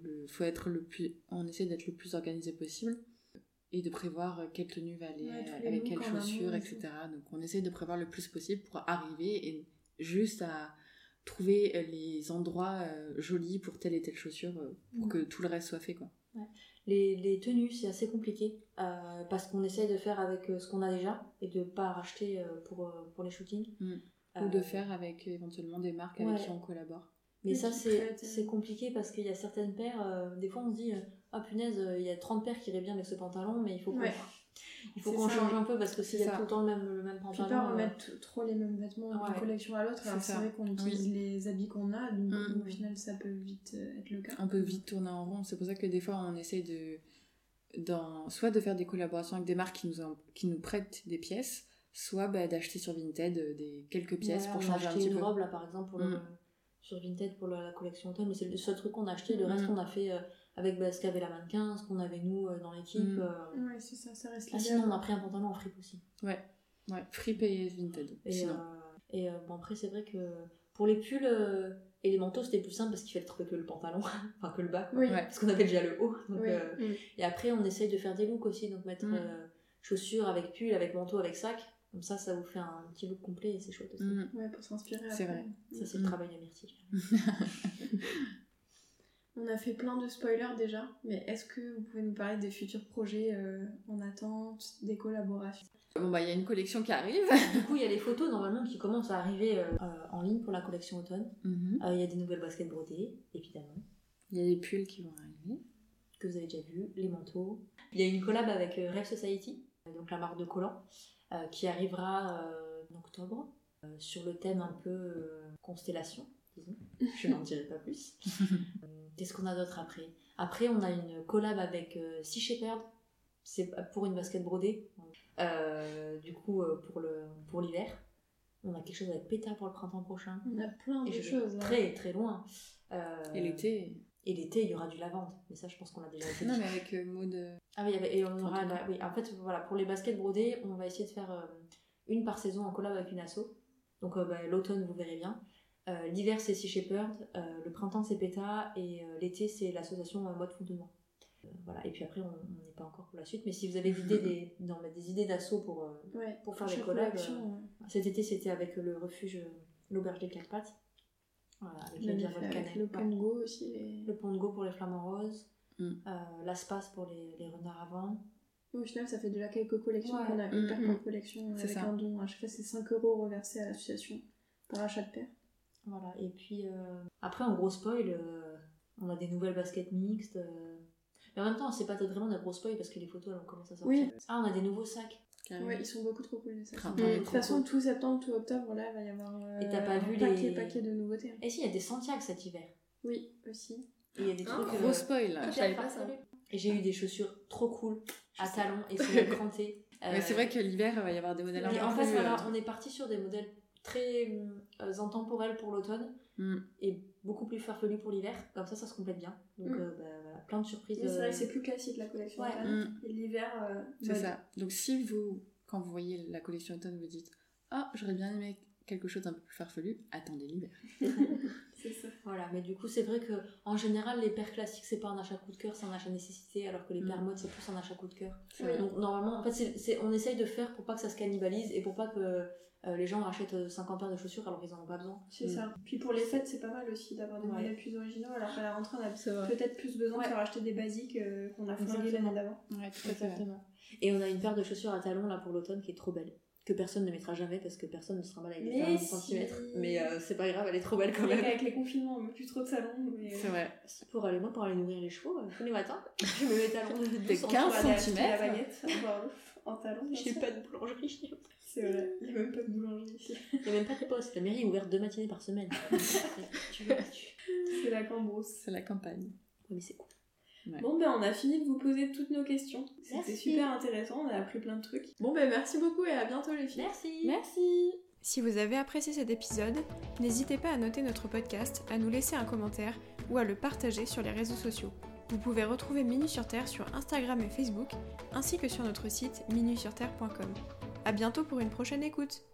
on essaie d'être le plus organisé possible. Et de prévoir quelle tenue va aller Ouais, tous les avec looks quelles en amont chaussures, et etc. Donc on essaie de prévoir le plus possible pour arriver et juste à trouver les endroits jolis pour telle et telle chaussure pour que tout le reste soit fait, quoi. Ouais. Les tenues, c'est assez compliqué parce qu'on essaye de faire avec ce qu'on a déjà et de pas racheter pour les shootings. Ou de faire avec éventuellement des marques avec qui on collabore. Mais Oui, ça, qui c'est prêtent. compliqué parce qu'il y a certaines paires, des fois on se dit ah punaise, il y a 30 paires qui iraient bien avec ce pantalon, mais il faut Ouais. qu'on ça, change un peu parce que s'il y C'est a ça. tout le temps le même Puis pantalon. pas remettre trop les mêmes vêtements d'une Ouais. collection à l'autre, alors C'est c'est ça. vrai qu'on utilise les habits qu'on a, donc au final ça peut vite être le cas. On peut vite tourner en rond. C'est pour ça que des fois on essaie soit de faire des collaborations avec des marques qui nous prêtent des pièces, soit d'acheter sur Vinted quelques pièces pour changer un petit une peu. robe là par exemple sur Vinted pour la collection automne, mais c'est le seul truc qu'on a acheté. Le reste on a fait avec ce qu'avait la mannequin, ce qu'on avait nous dans l'équipe. Ouais, c'est ça, ça reste Sinon on a pris un pantalon en fripe aussi. Ouais, Fripe et Vinted. Sinon. Bon, après c'est vrai que pour les pulls et les manteaux c'était plus simple parce qu'il fallait trouver que le pantalon, enfin que le bas, Oui. parce qu'on avait déjà le haut. Donc, Oui. et après on essaye de faire des looks aussi, donc mettre chaussures avec pull, avec manteau, avec sac. Comme ça vous fait un petit look complet et c'est chouette aussi. Ouais, pour s'inspirer C'est après. vrai. Ça c'est le travail de Myrtille. On a fait plein de spoilers déjà, mais est-ce que vous pouvez nous parler des futurs projets en attente, des collaborations? Bon, il y a une collection qui arrive. Du coup, il y a les photos normalement qui commencent à arriver en ligne pour la collection automne. Il y a des nouvelles baskets brodées, évidemment, Il y a les pulls qui vont arriver. que vous avez déjà vu, les manteaux. Il y a une collab avec Rêve Society, donc la marque de collants, qui arrivera en octobre, sur le thème un peu constellation, disons. Je n'en dirai pas plus. Qu'est-ce qu'on a d'autre après ? Après, on a une collab avec Sea Shepherd, c'est pour une basket brodée. Du coup, pour l'hiver. On a quelque chose avec PETA pour le printemps prochain. On a plein Et de je vais choses. Là. très très loin. Et l'été. Et l'été, il y aura du lavande. Mais ça, je pense qu'on l'a déjà fait. Non, mais avec Maud. Ah oui, et on aura... Printemps. oui, en fait, voilà, pour les baskets brodées, on va essayer de faire une par saison en collab avec une asso. Donc l'automne, vous verrez bien. L'hiver, c'est Sea Shepherd. Le printemps, c'est PETA. Et l'été, c'est l'association Mode Fontenoy. Voilà. Et puis après, on n'est pas encore pour la suite. Mais si vous avez des idées d'assaut pour faire des collabs... Cet été, c'était avec le refuge, l'auberge des quatre pattes. Voilà, avec les bières avec le pont de go aussi. Le pont de go pour les flamants roses. L'Aspace pour les renards à vent. Au final, ça fait déjà quelques collections. Ouais. On a une paire par collection C'est avec ça. un don. À chaque fois, c'est 5 € reversés à l'association pour l'achat de paire. Voilà. Et puis, après, en gros spoil, on a des nouvelles baskets mixtes. Mais en même temps, c'est pas vraiment de gros spoil parce que les photos, elles ont commencé à sortir. Oui. Ah, on a des nouveaux sacs. Ouais, ils sont beaucoup trop cool les sacs. Printemps, De les toute trop façon, tout septembre, tout octobre, là, il va y avoir Et t'as pas vu paquet de nouveautés. Hein. Et si, il y a des Santiago cet hiver. Oui, aussi. Et il y a des trucs. Gros spoil. hyper je savais pas ça. farfelus. Et j'ai eu des chaussures trop cool à talons et sur cranté. Mais c'est vrai que l'hiver, il va y avoir des modèles un Et peu en fait, plus, voilà, on est parti sur des modèles très intemporels pour l'automne. Et beaucoup plus farfelus pour l'hiver, comme ça se complète bien. Donc voilà, plein de surprises. Mais c'est vrai que c'est plus classique la collection automne. Et l'hiver, c'est ça. Donc si quand vous voyez la collection automne, vous dites j'aurais bien aimé quelque chose d'un peu plus farfelu, attendez l'hiver. C'est ça. Voilà, mais du coup c'est vrai que en général les paires classiques c'est pas un achat coup de cœur, c'est un achat nécessité, alors que les paires mode c'est plus un achat coup de cœur. Donc normalement en fait on essaye de faire pour pas que ça se cannibalise et pour pas que les gens achètent 50 paires de chaussures alors qu'ils en ont pas besoin. C'est ça. Puis pour les fêtes c'est pas mal aussi d'avoir des modèles plus originaux, alors qu'à la rentrée on a peut-être plus besoin de faire acheter des basiques qu'on a flingués l'année d'avant. Ouais, tout exactement. Et on a une paire de chaussures à talons là pour l'automne qui est trop belle, que personne ne mettra jamais parce que personne ne se trimballe avec des talons de 10 cm. Mais c'est pas grave, elle est trop belle quand même. Avec les confinements, on met plus trop de talons. Mais... C'est vrai. Pour aller nourrir les chevaux, tous les matins, je me mets talons de 15 cm. La baguette en talons. J'ai pas de boulangerie. C'est vrai, il n'y a même pas de boulangerie ici. Il n'y a même pas de poste, la mairie est ouverte 2 matinées par semaine. C'est la cambrousse. C'est la campagne. Oui, mais c'est cool. Ouais. Bon on a fini de vous poser toutes nos questions. C'était super intéressant, on a appris plein de trucs. Bon merci beaucoup et à bientôt les filles. Merci. Si vous avez apprécié cet épisode, n'hésitez pas à noter notre podcast, à nous laisser un commentaire ou à le partager sur les réseaux sociaux. Vous pouvez retrouver Minuit sur Terre sur Instagram et Facebook, ainsi que sur notre site minuitsurterre.com. À bientôt pour une prochaine écoute.